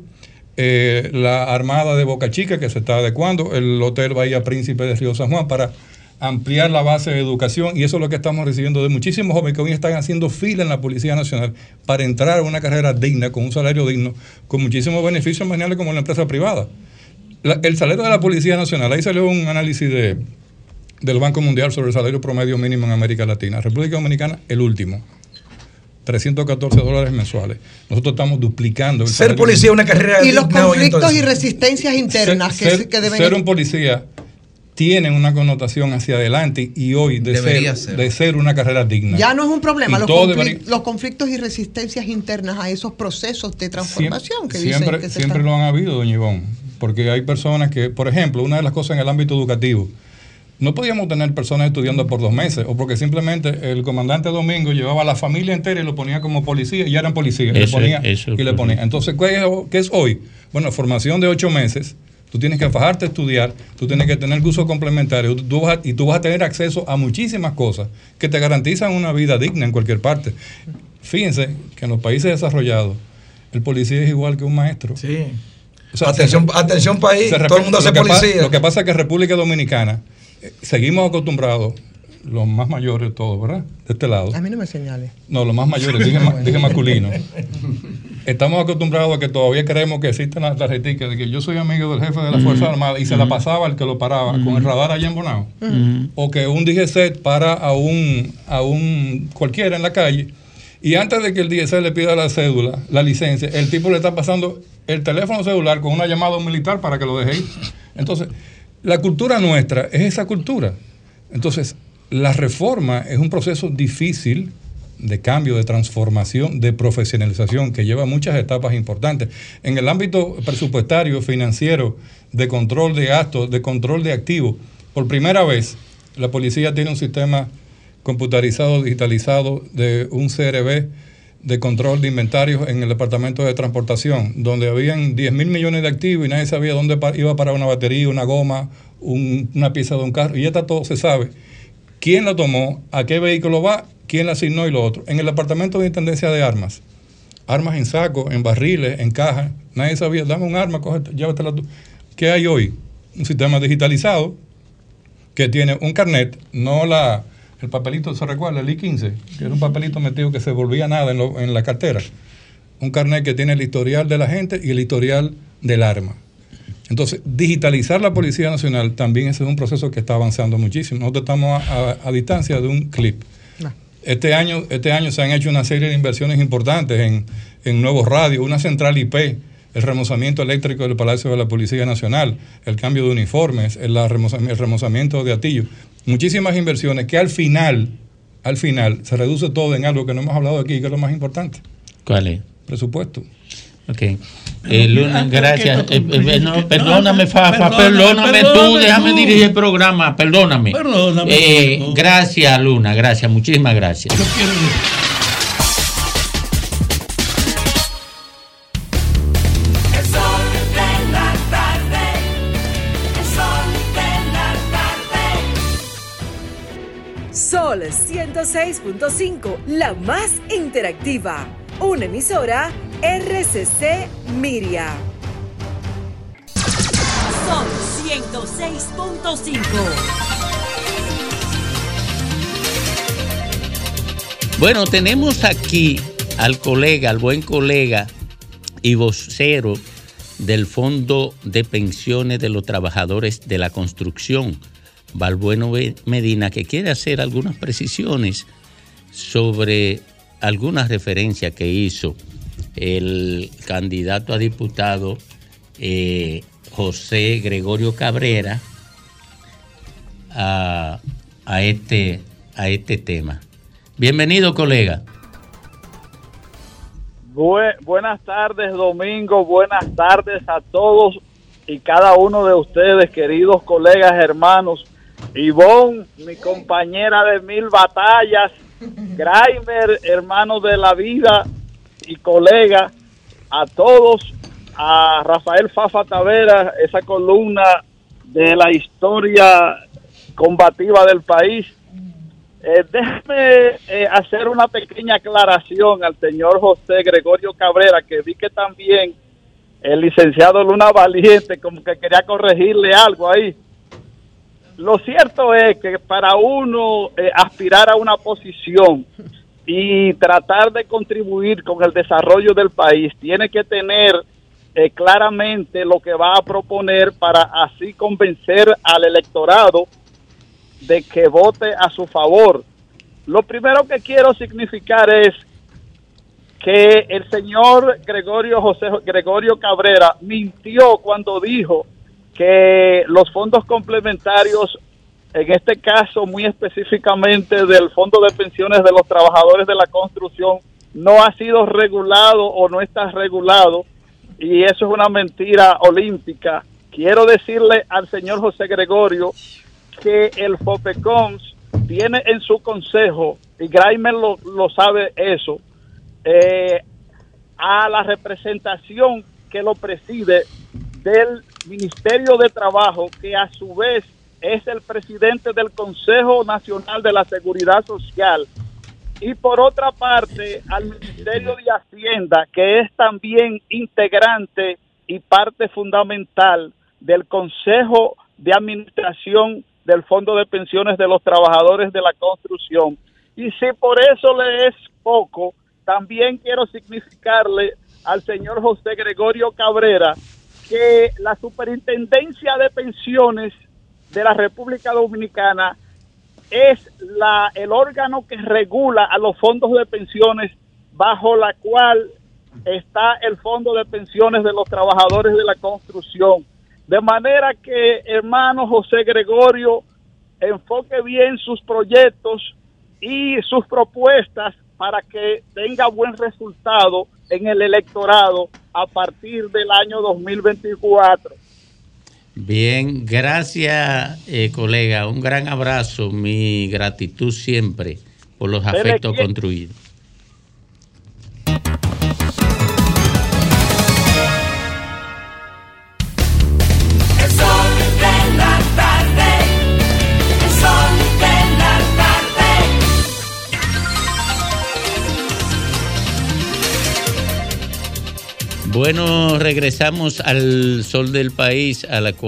la Armada de Boca Chica, que se está adecuando, el Hotel Bahía Príncipe de Río San Juan, para ampliar la base de educación, y eso es lo que estamos recibiendo de muchísimos jóvenes que hoy están haciendo fila en la Policía Nacional para entrar a una carrera digna, con un salario digno, con muchísimos beneficios marginales como en la empresa privada. El salario de la Policía Nacional, ahí salió un análisis del Banco Mundial sobre el salario promedio mínimo en América Latina. República Dominicana, el último. $314 mensuales. Nosotros estamos duplicando. Ser policía es una carrera. Y los conflictos y resistencias internas que deben. Ser un policía tiene una connotación hacia adelante y hoy de ser una carrera digna. Ya no es un problema los conflictos y resistencias internas a esos procesos de transformación siempre lo han habido, doña Ivonne, porque hay personas que, por ejemplo, una de las cosas en el ámbito educativo, no podíamos tener personas estudiando por 2 meses, o porque simplemente el comandante Domingo llevaba a la familia entera y lo ponía como policía, y ya eran policías, le ponía. Entonces, ¿qué es hoy? Bueno, formación de 8 meses, tú tienes que fajarte a estudiar, tú tienes que tener cursos complementarios, tú vas a tener acceso a muchísimas cosas que te garantizan una vida digna en cualquier parte. Fíjense que en los países desarrollados, el policía es igual que un maestro. Sí. O sea, atención país, todo el mundo hace policía. Lo que pasa es que en República Dominicana seguimos acostumbrados, los más mayores de todos, ¿verdad? De este lado. A mí no me señales. No, los más mayores, dije masculino. Estamos acostumbrados a que todavía creemos que existen las tarjeticas de que yo soy amigo del jefe de la Fuerza Armada y se la pasaba al que lo paraba con el radar allá en Bonao. O que un DGC para a un cualquiera en la calle y antes de que el DGC le pida la cédula, la licencia, el tipo le está pasando el teléfono celular con una llamada a un militar para que lo deje ir. Entonces, la cultura nuestra es esa cultura. Entonces, la reforma es un proceso difícil de cambio, de transformación, de profesionalización, que lleva muchas etapas importantes. En el ámbito presupuestario, financiero, de control de gastos, de control de activos, por primera vez la policía tiene un sistema computarizado, digitalizado, de un CRB de control de inventarios en el departamento de transportación, donde habían 10.000 millones de activos y nadie sabía dónde iba para una batería, una goma, una pieza de un carro, y ya está todo, se sabe quién lo tomó, a qué vehículo va, quién la asignó y lo otro. En el departamento de intendencia de armas en saco, en barriles, en cajas, nadie sabía, dame un arma, llévatela tú. ¿Qué hay hoy? Un sistema digitalizado que tiene un carnet, no el papelito, ¿se recuerda? El I-15, que era un papelito metido que se volvía nada en la cartera. Un carnet que tiene el historial de la gente y el historial del arma. Entonces, digitalizar la Policía Nacional también ese es un proceso que está avanzando muchísimo. Nosotros estamos a distancia de un clip. No. Este año se han hecho una serie de inversiones importantes en nuevos radios, una central IP, el remozamiento eléctrico del Palacio de la Policía Nacional, el cambio de uniformes, el remozamiento de atillos. Muchísimas inversiones que al final se reduce todo en algo que no hemos hablado aquí, que es lo más importante. ¿Cuál es? Presupuesto. Ok. Luna, gracias. No, perdóname, Fafa, perdóname tú, déjame dirigir el programa, perdóname. Gracias, Luna, gracias, muchísimas gracias. Yo quiero ir. Sol 106.5, la más interactiva. Una emisora RCC Miria. Sol 106.5. Bueno, tenemos aquí al buen colega y vocero del Fondo de Pensiones de los Trabajadores de la Construcción, Balbueno Medina, que quiere hacer algunas precisiones sobre algunas referencias que hizo el candidato a diputado José Gregorio Cabrera a este tema. Bienvenido, colega. Buenas tardes, Domingo. Buenas tardes a todos y cada uno de ustedes, queridos colegas, hermanos. Ivonne, mi compañera de 1000 batallas, Graimer, hermano de la vida y colega, a todos, a Rafael Fafa Tavera, esa columna de la historia combativa del país. Déjeme hacer una pequeña aclaración al señor José Gregorio Cabrera, que vi que también el licenciado Luna Valiente como que quería corregirle algo ahí. Lo cierto es que para uno aspirar a una posición y tratar de contribuir con el desarrollo del país, tiene que tener claramente lo que va a proponer para así convencer al electorado de que vote a su favor. Lo primero que quiero significar es que el señor José Gregorio Cabrera mintió cuando dijo que los fondos complementarios, en este caso muy específicamente del Fondo de Pensiones de los Trabajadores de la Construcción, no ha sido regulado o no está regulado, y eso es una mentira olímpica. Quiero decirle al señor José Gregorio que el FOPECONS tiene en su consejo, y Graimer lo sabe eso, a la representación que lo preside del Ministerio de Trabajo, que a su vez es el presidente del Consejo Nacional de la Seguridad Social, y por otra parte al Ministerio de Hacienda, que es también integrante y parte fundamental del Consejo de Administración del Fondo de Pensiones de los Trabajadores de la Construcción. Y si por eso le es poco, también quiero significarle al señor José Gregorio Cabrera que la Superintendencia de Pensiones de la República Dominicana es el órgano que regula a los fondos de pensiones, bajo la cual está el Fondo de Pensiones de los Trabajadores de la Construcción. De manera que, hermano José Gregorio, enfoque bien sus proyectos y sus propuestas para que tenga buen resultado en el electorado a partir del año 2024. Bien, gracias, colega. Un gran abrazo, mi gratitud siempre por los afectos construidos. Bueno, regresamos al Sol del País a las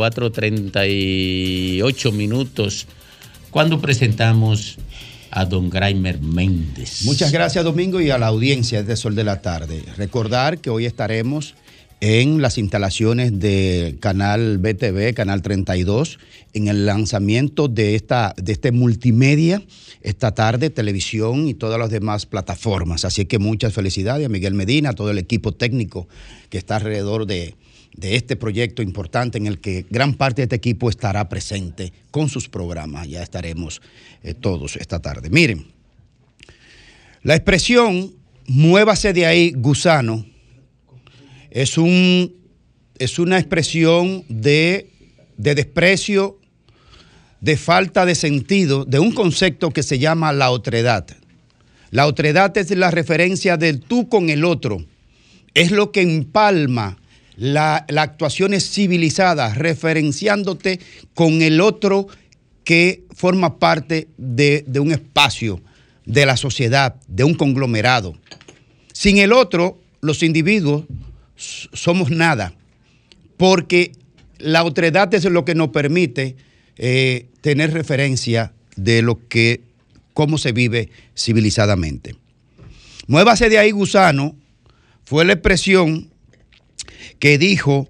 4:38 minutos, cuando presentamos a don Graimer Méndez. Muchas gracias, Domingo, y a la audiencia de Sol de la Tarde. Recordar que hoy estaremos en las instalaciones de Canal BTV, Canal 32, en el lanzamiento de este multimedia esta tarde, televisión y todas las demás plataformas. Así que muchas felicidades a Miguel Medina, a todo el equipo técnico que está alrededor de este proyecto importante en el que gran parte de este equipo estará presente con sus programas. Ya estaremos todos esta tarde. Miren, la expresión "muévase de ahí, gusano", es una expresión de desprecio, de falta de sentido, de un concepto que se llama la otredad. La otredad es la referencia del tú con el otro. Es lo que empalma las actuaciones civilizadas, referenciándote con el otro que forma parte de un espacio, de la sociedad, de un conglomerado. Sin el otro, los individuos somos nada, porque la otredad es lo que nos permite tener referencia de cómo se vive civilizadamente. Muévase de ahí, gusano, fue la expresión que dijo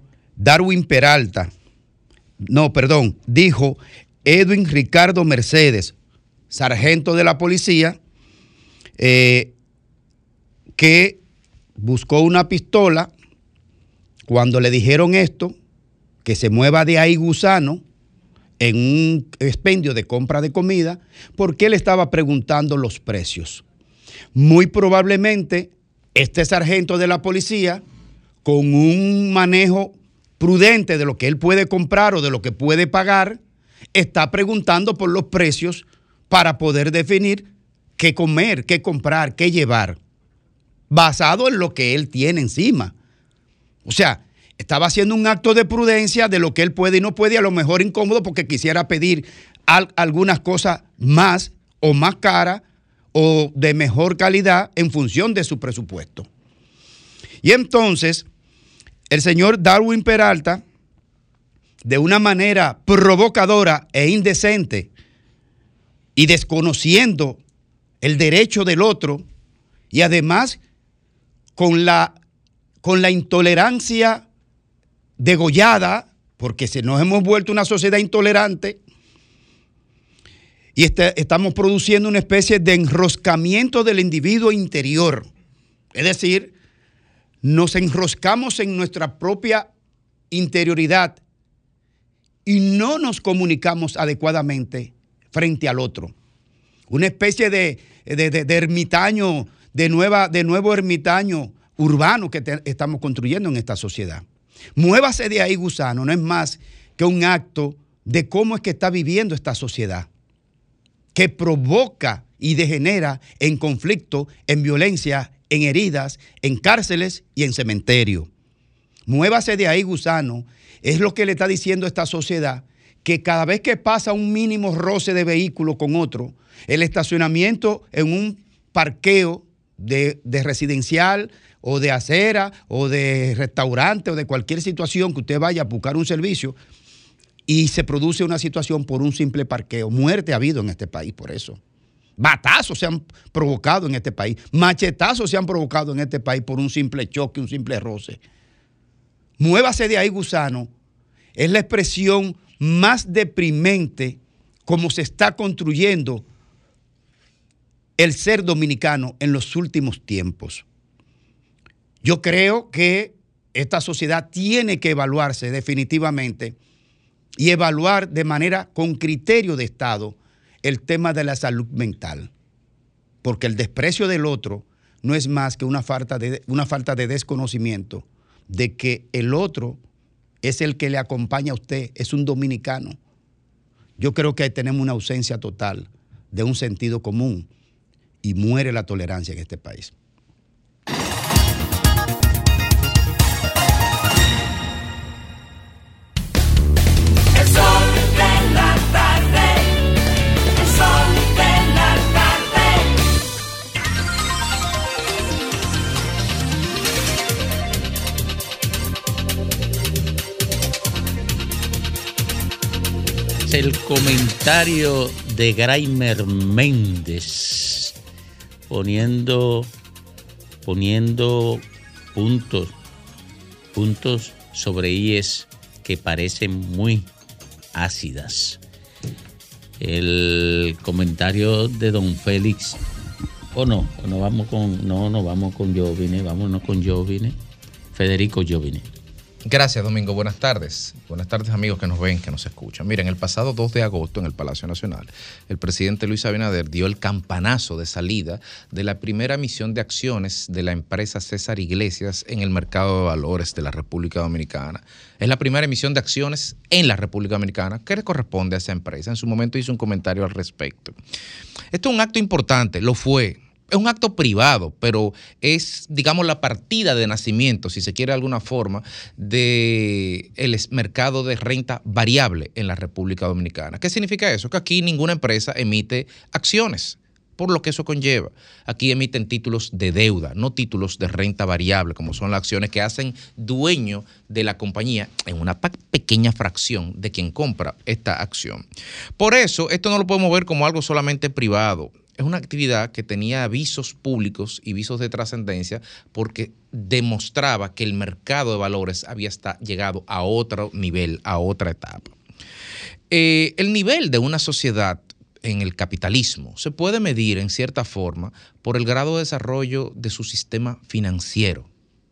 dijo Edwin Ricardo Mercedes, sargento de la policía, que buscó una pistola cuando le dijeron esto, que se mueva de ahí, gusano, en un expendio de compra de comida, porque él estaba preguntando los precios. Muy probablemente este sargento de la policía, con un manejo prudente de lo que él puede comprar o de lo que puede pagar, está preguntando por los precios para poder definir qué comer, qué comprar, qué llevar, basado en lo que él tiene encima. O sea, estaba haciendo un acto de prudencia de lo que él puede y no puede, a lo mejor incómodo porque quisiera pedir algunas cosas más o más caras o de mejor calidad en función de su presupuesto. Y entonces, el señor Darwin Peralta, de una manera provocadora e indecente y desconociendo el derecho del otro y además con la intolerancia degollada, porque nos hemos vuelto una sociedad intolerante y estamos produciendo una especie de enroscamiento del individuo interior. Es decir, nos enroscamos en nuestra propia interioridad y no nos comunicamos adecuadamente frente al otro. Una especie de ermitaño, de nuevo ermitaño urbano que estamos construyendo en esta sociedad. Muévase de ahí, gusano, no es más que un acto de cómo es que está viviendo esta sociedad, que provoca y degenera en conflicto, en violencia, en heridas, en cárceles y en cementerios. Muévase de ahí, gusano, es lo que le está diciendo esta sociedad, que cada vez que pasa un mínimo roce de vehículo con otro, el estacionamiento en un parqueo de residencial o de acera o de restaurante o de cualquier situación que usted vaya a buscar un servicio y se produce una situación por un simple parqueo. Muerte ha habido en este país por eso. Batazos se han provocado en este país. Machetazos se han provocado en este país por un simple choque, un simple roce. Muévase de ahí, gusano, es la expresión más deprimente como se está construyendo el ser dominicano en los últimos tiempos. Yo creo que esta sociedad tiene que evaluarse definitivamente y evaluar de manera con criterio de Estado el tema de la salud mental, porque el desprecio del otro no es más que una falta de desconocimiento de que el otro es el que le acompaña a usted, es un dominicano. Yo creo que ahí tenemos una ausencia total de un sentido común y muere la tolerancia en este país. El sol de la tarde, el sol de la Es el comentario de Graimer Méndez poniendo puntos puntos sobre IES que parecen muy ácidas. El comentario de don Félix, vamos con Jovine, vámonos con Jovine, Federico Jovine. Gracias, Domingo. Buenas tardes. Buenas tardes, amigos que nos ven, que nos escuchan. Miren, el pasado 2 de agosto en el Palacio Nacional, el presidente Luis Abinader dio el campanazo de salida de la primera emisión de acciones de la empresa César Iglesias en el mercado de valores de la República Dominicana. Es la primera emisión de acciones en la República Dominicana que le corresponde a esa empresa. En su momento hizo un comentario al respecto. Esto es un acto importante, lo fue. Es un acto privado, pero es, digamos, la partida de nacimiento, si se quiere de alguna forma, del mercado de renta variable en la República Dominicana. ¿Qué significa eso? Que aquí ninguna empresa emite acciones, por lo que eso conlleva. Aquí emiten títulos de deuda, no títulos de renta variable, como son las acciones que hacen dueño de la compañía en una pequeña fracción de quien compra esta acción. Por eso, esto no lo podemos ver como algo solamente privado. Es una actividad que tenía visos públicos y visos de trascendencia porque demostraba que el mercado de valores había llegado a otro nivel, a otra etapa. El nivel de una sociedad en el capitalismo se puede medir en cierta forma por el grado de desarrollo de su sistema financiero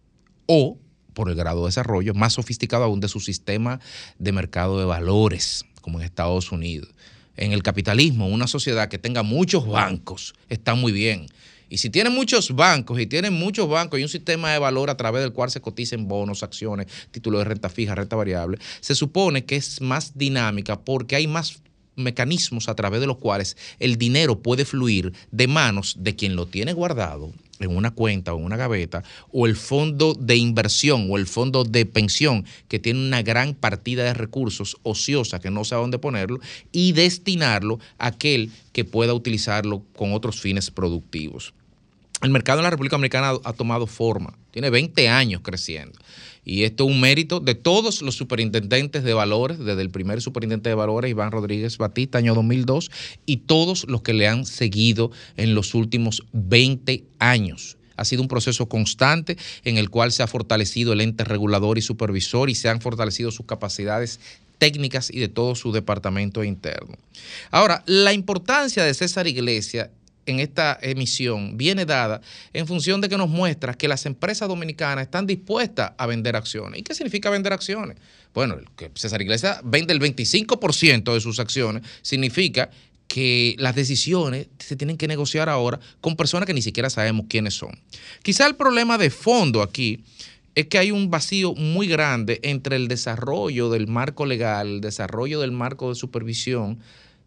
o por el grado de desarrollo más sofisticado aún de su sistema de mercado de valores, como en Estados Unidos. En el capitalismo, una sociedad que tenga muchos bancos está muy bien. Y si tiene muchos bancos y un sistema de valor a través del cual se cotizan bonos, acciones, títulos de renta fija, renta variable, se supone que es más dinámica porque hay más mecanismos a través de los cuales el dinero puede fluir de manos de quien lo tiene guardado en una cuenta o en una gaveta, o el fondo de inversión o el fondo de pensión que tiene una gran partida de recursos ociosa que no sabe dónde ponerlo, y destinarlo a aquel que pueda utilizarlo con otros fines productivos. El mercado en la República Dominicana ha tomado forma, tiene 20 años creciendo. Y esto es un mérito de todos los superintendentes de valores, desde el primer superintendente de valores, Iván Rodríguez Batista, año 2002, y todos los que le han seguido en los últimos 20 años. Ha sido un proceso constante en el cual se ha fortalecido el ente regulador y supervisor y se han fortalecido sus capacidades técnicas y de todo su departamento interno. Ahora, la importancia de César Iglesias en esta emisión viene dada en función de que nos muestra que las empresas dominicanas están dispuestas a vender acciones. ¿Y qué significa vender acciones? Bueno, que César Iglesias vende el 25% de sus acciones, significa que las decisiones se tienen que negociar ahora con personas que ni siquiera sabemos quiénes son. Quizá el problema de fondo aquí es que hay un vacío muy grande entre el desarrollo del marco legal, el desarrollo del marco de supervisión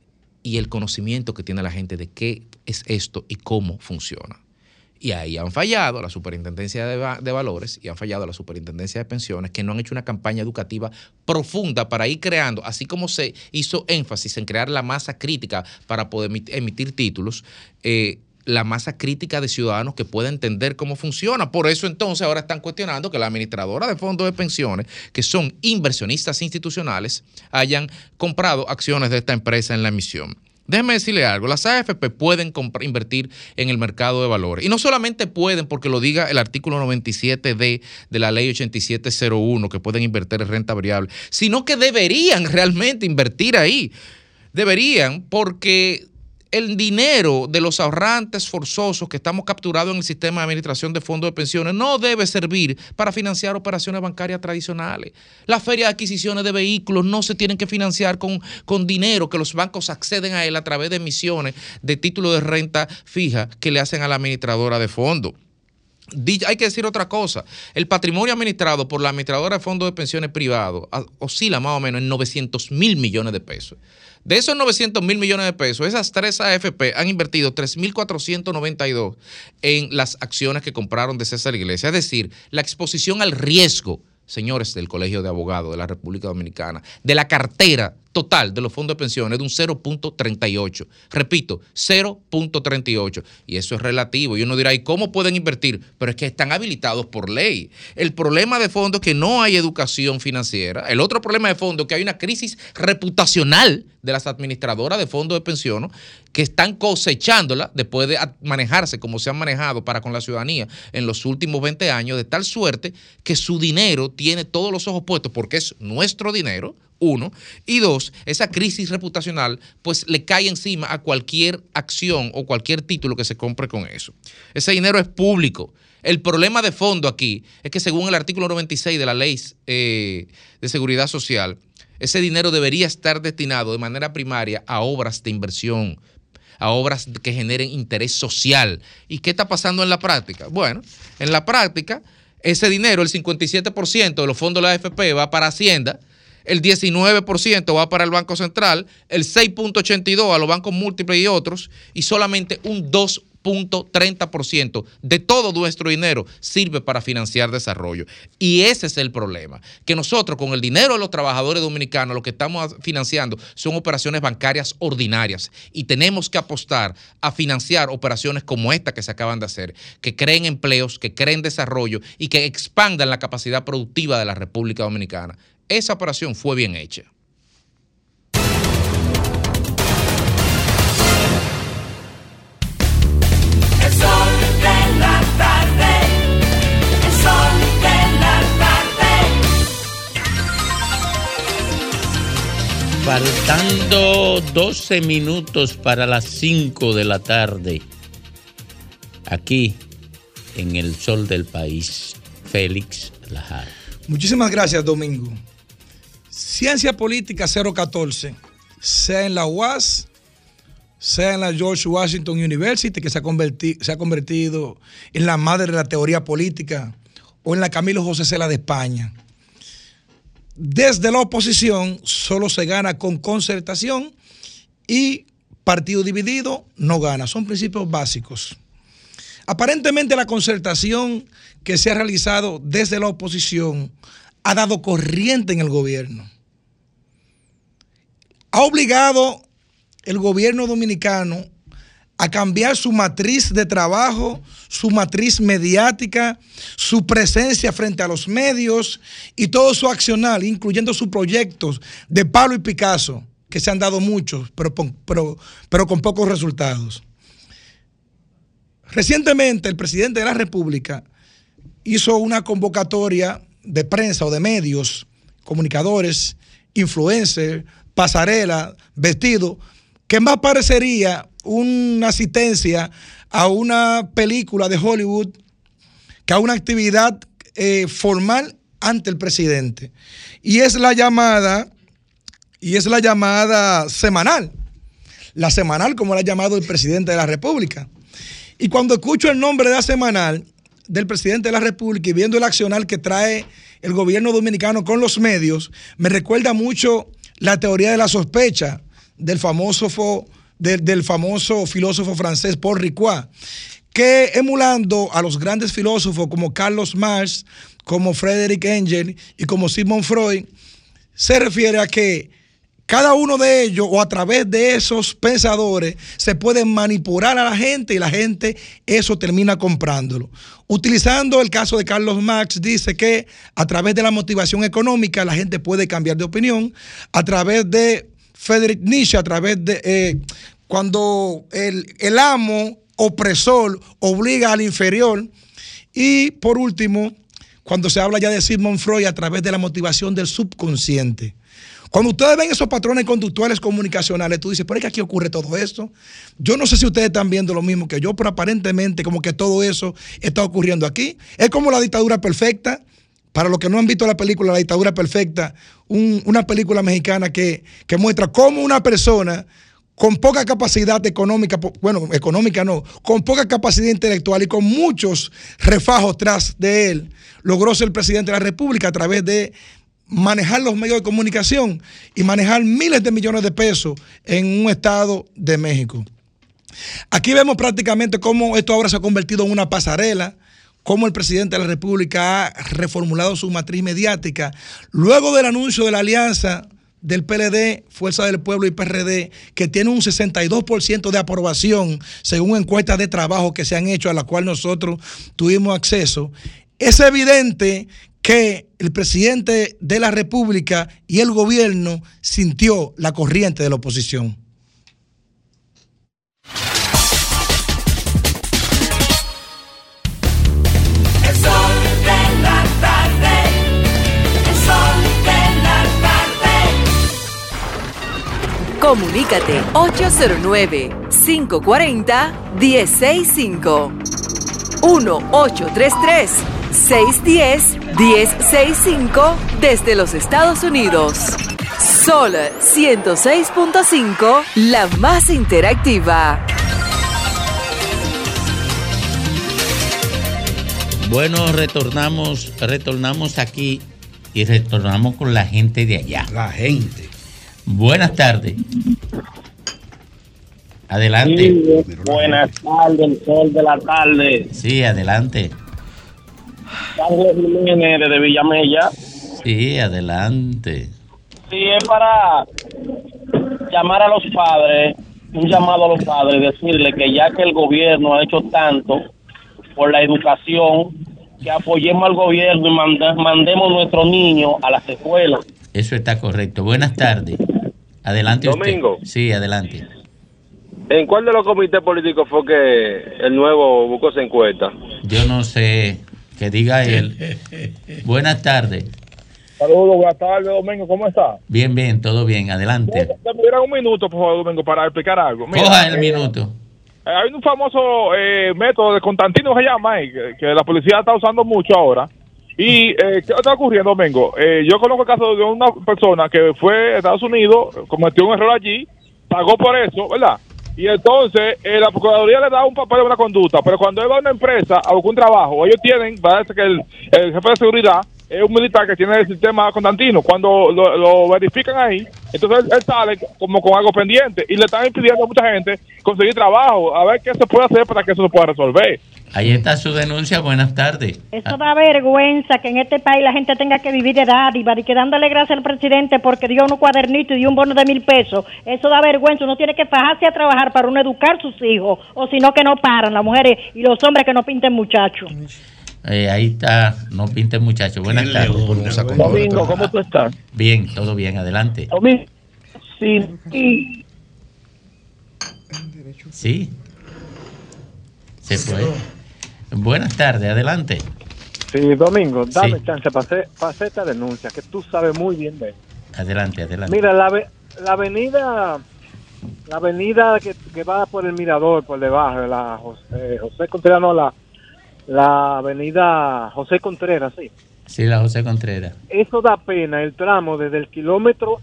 y el conocimiento que tiene la gente de qué es esto y cómo funciona. Y ahí han fallado la Superintendencia de Valores y han fallado la Superintendencia de Pensiones, que no han hecho una campaña educativa profunda para ir creando, así como se hizo énfasis en crear la masa crítica para poder emitir títulos, la masa crítica de ciudadanos que pueda entender cómo funciona. Por eso entonces ahora están cuestionando que la administradora de fondos de pensiones, que son inversionistas institucionales, hayan comprado acciones de esta empresa en la emisión. Déjenme decirle algo, las AFP pueden invertir en el mercado de valores. Y no solamente pueden porque lo diga el artículo 97D de la ley 8701, que pueden invertir en renta variable, sino que deberían realmente invertir ahí. Deberían, porque el dinero de los ahorrantes forzosos que estamos capturados en el sistema de administración de fondos de pensiones no debe servir para financiar operaciones bancarias tradicionales. Las ferias de adquisiciones de vehículos no se tienen que financiar con dinero que los bancos acceden a él a través de emisiones de títulos de renta fija que le hacen a la administradora de fondos. Hay que decir otra cosa, el patrimonio administrado por la administradora de fondos de pensiones privados oscila más o menos en 900.000 millones de pesos. De esos 900.000 millones de pesos, esas tres AFP han invertido 3.492 en las acciones que compraron de César Iglesias. Es decir, la exposición al riesgo, señores del Colegio de Abogados de la República Dominicana, de la cartera total de los fondos de pensiones es de un 0.38. Repito, 0.38. Y eso es relativo. Y uno dirá, ¿y cómo pueden invertir? Pero es que están habilitados por ley. El problema de fondo es que no hay educación financiera. El otro problema de fondo es que hay una crisis reputacional de las administradoras de fondos de pensiones que están cosechándola después de manejarse como se han manejado para con la ciudadanía en los últimos 20 años, de tal suerte que su dinero tiene todos los ojos puestos porque es nuestro dinero, uno, y dos, esa crisis reputacional pues le cae encima a cualquier acción o cualquier título que se compre con eso. Ese dinero es público. El problema de fondo aquí es que según el artículo 96 de la Ley de Seguridad Social, ese dinero debería estar destinado de manera primaria a obras de inversión, a obras que generen interés social. ¿Y qué está pasando en la práctica? Bueno, en la práctica, ese dinero, el 57% de los fondos de la AFP va para Hacienda, el 19% va para el Banco Central, el 6.82% a los bancos múltiples y otros, y solamente un 2.30% de todo nuestro dinero sirve para financiar desarrollo. Y ese es el problema, que nosotros con el dinero de los trabajadores dominicanos lo que estamos financiando son operaciones bancarias ordinarias y tenemos que apostar a financiar operaciones como esta que se acaban de hacer, que creen empleos, que creen desarrollo y que expandan la capacidad productiva de la República Dominicana. Esa operación fue bien hecha. El sol de la tarde, el sol de la tarde. Faltando 12 minutos para las 5 de la tarde, aquí en el sol del país, Félix Lajara. Muchísimas gracias, Domingo. Ciencia Política 014, sea en la UAS, sea en la George Washington University, que se ha convertido en la madre de la teoría política, o en la Camilo José Cela de España. Desde la oposición solo se gana con concertación y partido dividido no gana. Son principios básicos. Aparentemente la concertación que se ha realizado desde la oposición ha dado corriente en el gobierno. Ha obligado el gobierno dominicano a cambiar su matriz de trabajo, su matriz mediática, su presencia frente a los medios y todo su accionar, incluyendo sus proyectos de Pablo y Picasso, que se han dado muchos, pero con pocos resultados. Recientemente el presidente de la República hizo una convocatoria de prensa o de medios, comunicadores, influencers, pasarela, vestido, que más parecería una asistencia a una película de Hollywood que a una actividad formal ante el presidente. Y es la llamada semanal. La semanal, como la ha llamado el presidente de la República. Y cuando escucho el nombre de la semanal del presidente de la República y viendo el accionar que trae el gobierno dominicano con los medios, me recuerda mucho la teoría de la sospecha del famoso filósofo francés Paul Ricoeur, que emulando a los grandes filósofos como Carlos Marx, como Friedrich Engels y como Sigmund Freud, se refiere a que cada uno de ellos o a través de esos pensadores se puede manipular a la gente y la gente eso termina comprándolo. Utilizando el caso de Carlos Marx, dice que a través de la motivación económica la gente puede cambiar de opinión. A través de Friedrich Nietzsche, a través de cuando el amo opresor obliga al inferior. Y por último, cuando se habla ya de Sigmund Freud, a través de la motivación del subconsciente. Cuando ustedes ven esos patrones conductuales comunicacionales, tú dices, ¿por qué aquí ocurre todo esto? Yo no sé si ustedes están viendo lo mismo que yo, pero aparentemente como que todo eso está ocurriendo aquí. Es como La Dictadura Perfecta. Para los que no han visto la película La Dictadura Perfecta, una película mexicana que muestra cómo una persona con poca capacidad económica, con poca capacidad intelectual y con muchos refajos tras de él, logró ser presidente de la República a través de manejar los medios de comunicación y manejar miles de millones de pesos en un estado de México. Aquí vemos prácticamente cómo esto ahora se ha convertido en una pasarela, cómo el presidente de la República ha reformulado su matriz mediática luego del anuncio de la alianza del PLD, Fuerza del Pueblo y PRD, que tiene un 62% de aprobación según encuestas de trabajo que se han hecho a la cual nosotros tuvimos acceso, es evidente que el presidente de la República y el gobierno sintió la corriente de la oposición. Comunícate 809-540-1065. 1-833-610-1065 desde los Estados Unidos. Sol 106.5, la más interactiva. Bueno, retornamos aquí y retornamos con la gente de allá. La gente. Buenas tardes. Adelante. Sí, buenas tardes, el sol de la tarde. Sí, adelante. Carlos Jiménez de Villamella. Sí, adelante. Sí, es para llamar a los padres, un llamado a los padres, decirle que ya que el gobierno ha hecho tanto por la educación, que apoyemos al gobierno y mandemos nuestros niños a las escuelas. Eso está correcto. Buenas tardes. Adelante usted. Domingo. Sí, adelante. ¿En cuál de los comités políticos fue que el nuevo buscó esa encuesta? Yo no sé, que diga él. Buenas tardes. Saludos, buenas tardes, Domingo, ¿cómo está? Bien, bien, todo bien, adelante. ¿Me dieran un minuto, por favor, Domingo, para explicar algo? Mira, coja el minuto. Hay un famoso método de Constantino que se llama ahí, que la policía está usando mucho ahora. Y ¿qué está ocurriendo, Domingo? Yo conozco el caso de una persona que fue a Estados Unidos, cometió un error allí, pagó por eso, ¿verdad? Y entonces la Procuraduría le da un papel de una conducta, pero cuando él va a una empresa a buscar un trabajo, ellos tienen, parece que el jefe de seguridad es un militar que tiene el sistema Constantino. Cuando lo verifican ahí, entonces él sale como con algo pendiente y le están impidiendo a mucha gente conseguir trabajo. A ver qué se puede hacer para que eso se pueda resolver. Ahí está su denuncia. Buenas tardes. Eso da vergüenza que en este país la gente tenga que vivir de dádiva y que dándole gracias al presidente porque dio unos cuadernitos y dio un bono de 1,000 pesos. Eso da vergüenza. Uno tiene que fajarse a trabajar para uno educar a sus hijos, o si no que no paran las mujeres y los hombres que no pinten muchachos. Ahí está, no pinte muchacho. Buenas tardes. Domingo, ¿cómo tú estás? Bien, todo bien, adelante. Domingo, sí. Sí. Se fue. Buenas tardes, adelante. Sí, Domingo, dame chance para hacer esta denuncia, que tú sabes muy bien de eso. Adelante. Mira, la avenida que va por el Mirador, por debajo, la José Contreras, no, la avenida José Contreras, sí. Sí, la José Contreras. Eso da pena, el tramo desde el kilómetro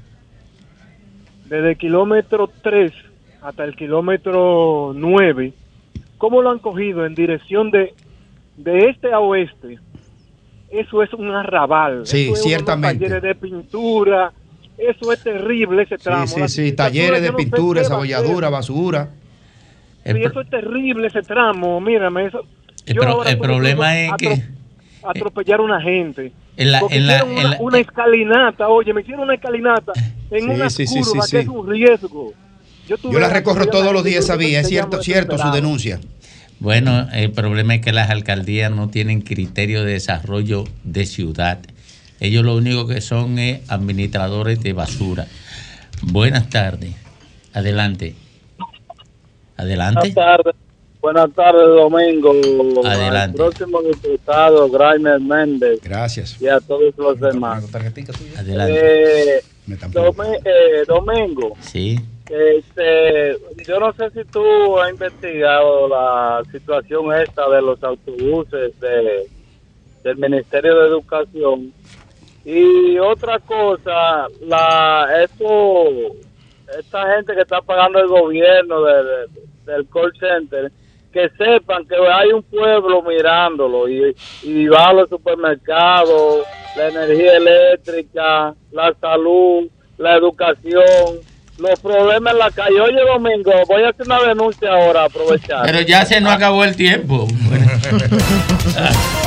3 hasta el kilómetro 9. ¿Cómo lo han cogido en dirección de este a oeste? Eso es un arrabal. Sí, eso es ciertamente. Talleres de pintura, eso es terrible ese tramo. Sí, talleres de pintura, desabolladura, basura. Sí, eso es terrible ese tramo, mírame eso. El problema es que atropellar a una gente. Una escalinata, oye, me hicieron una escalinata en una curva que es un riesgo. Yo la recorro todos los días esa vía, es cierto su denuncia. Bueno, el problema es que las alcaldías no tienen criterio de desarrollo de ciudad. Ellos lo único que son es administradores de basura. Buenas tardes. Adelante. Buenas tardes, Domingo. Adelante. Al próximo diputado, Graimer Méndez. Gracias. Y a todos los demás. Adelante. Domingo. Sí. Yo no sé si tú has investigado la situación esta de los autobuses del Ministerio de Educación. Y otra cosa, esta gente que está pagando el gobierno del call center, que sepan que hay un pueblo mirándolo y va a los supermercados, la energía eléctrica, la salud, la educación, los problemas en la calle. Oye, Domingo, voy a hacer una denuncia ahora, aprovechar. Pero ya se nos acabó el tiempo.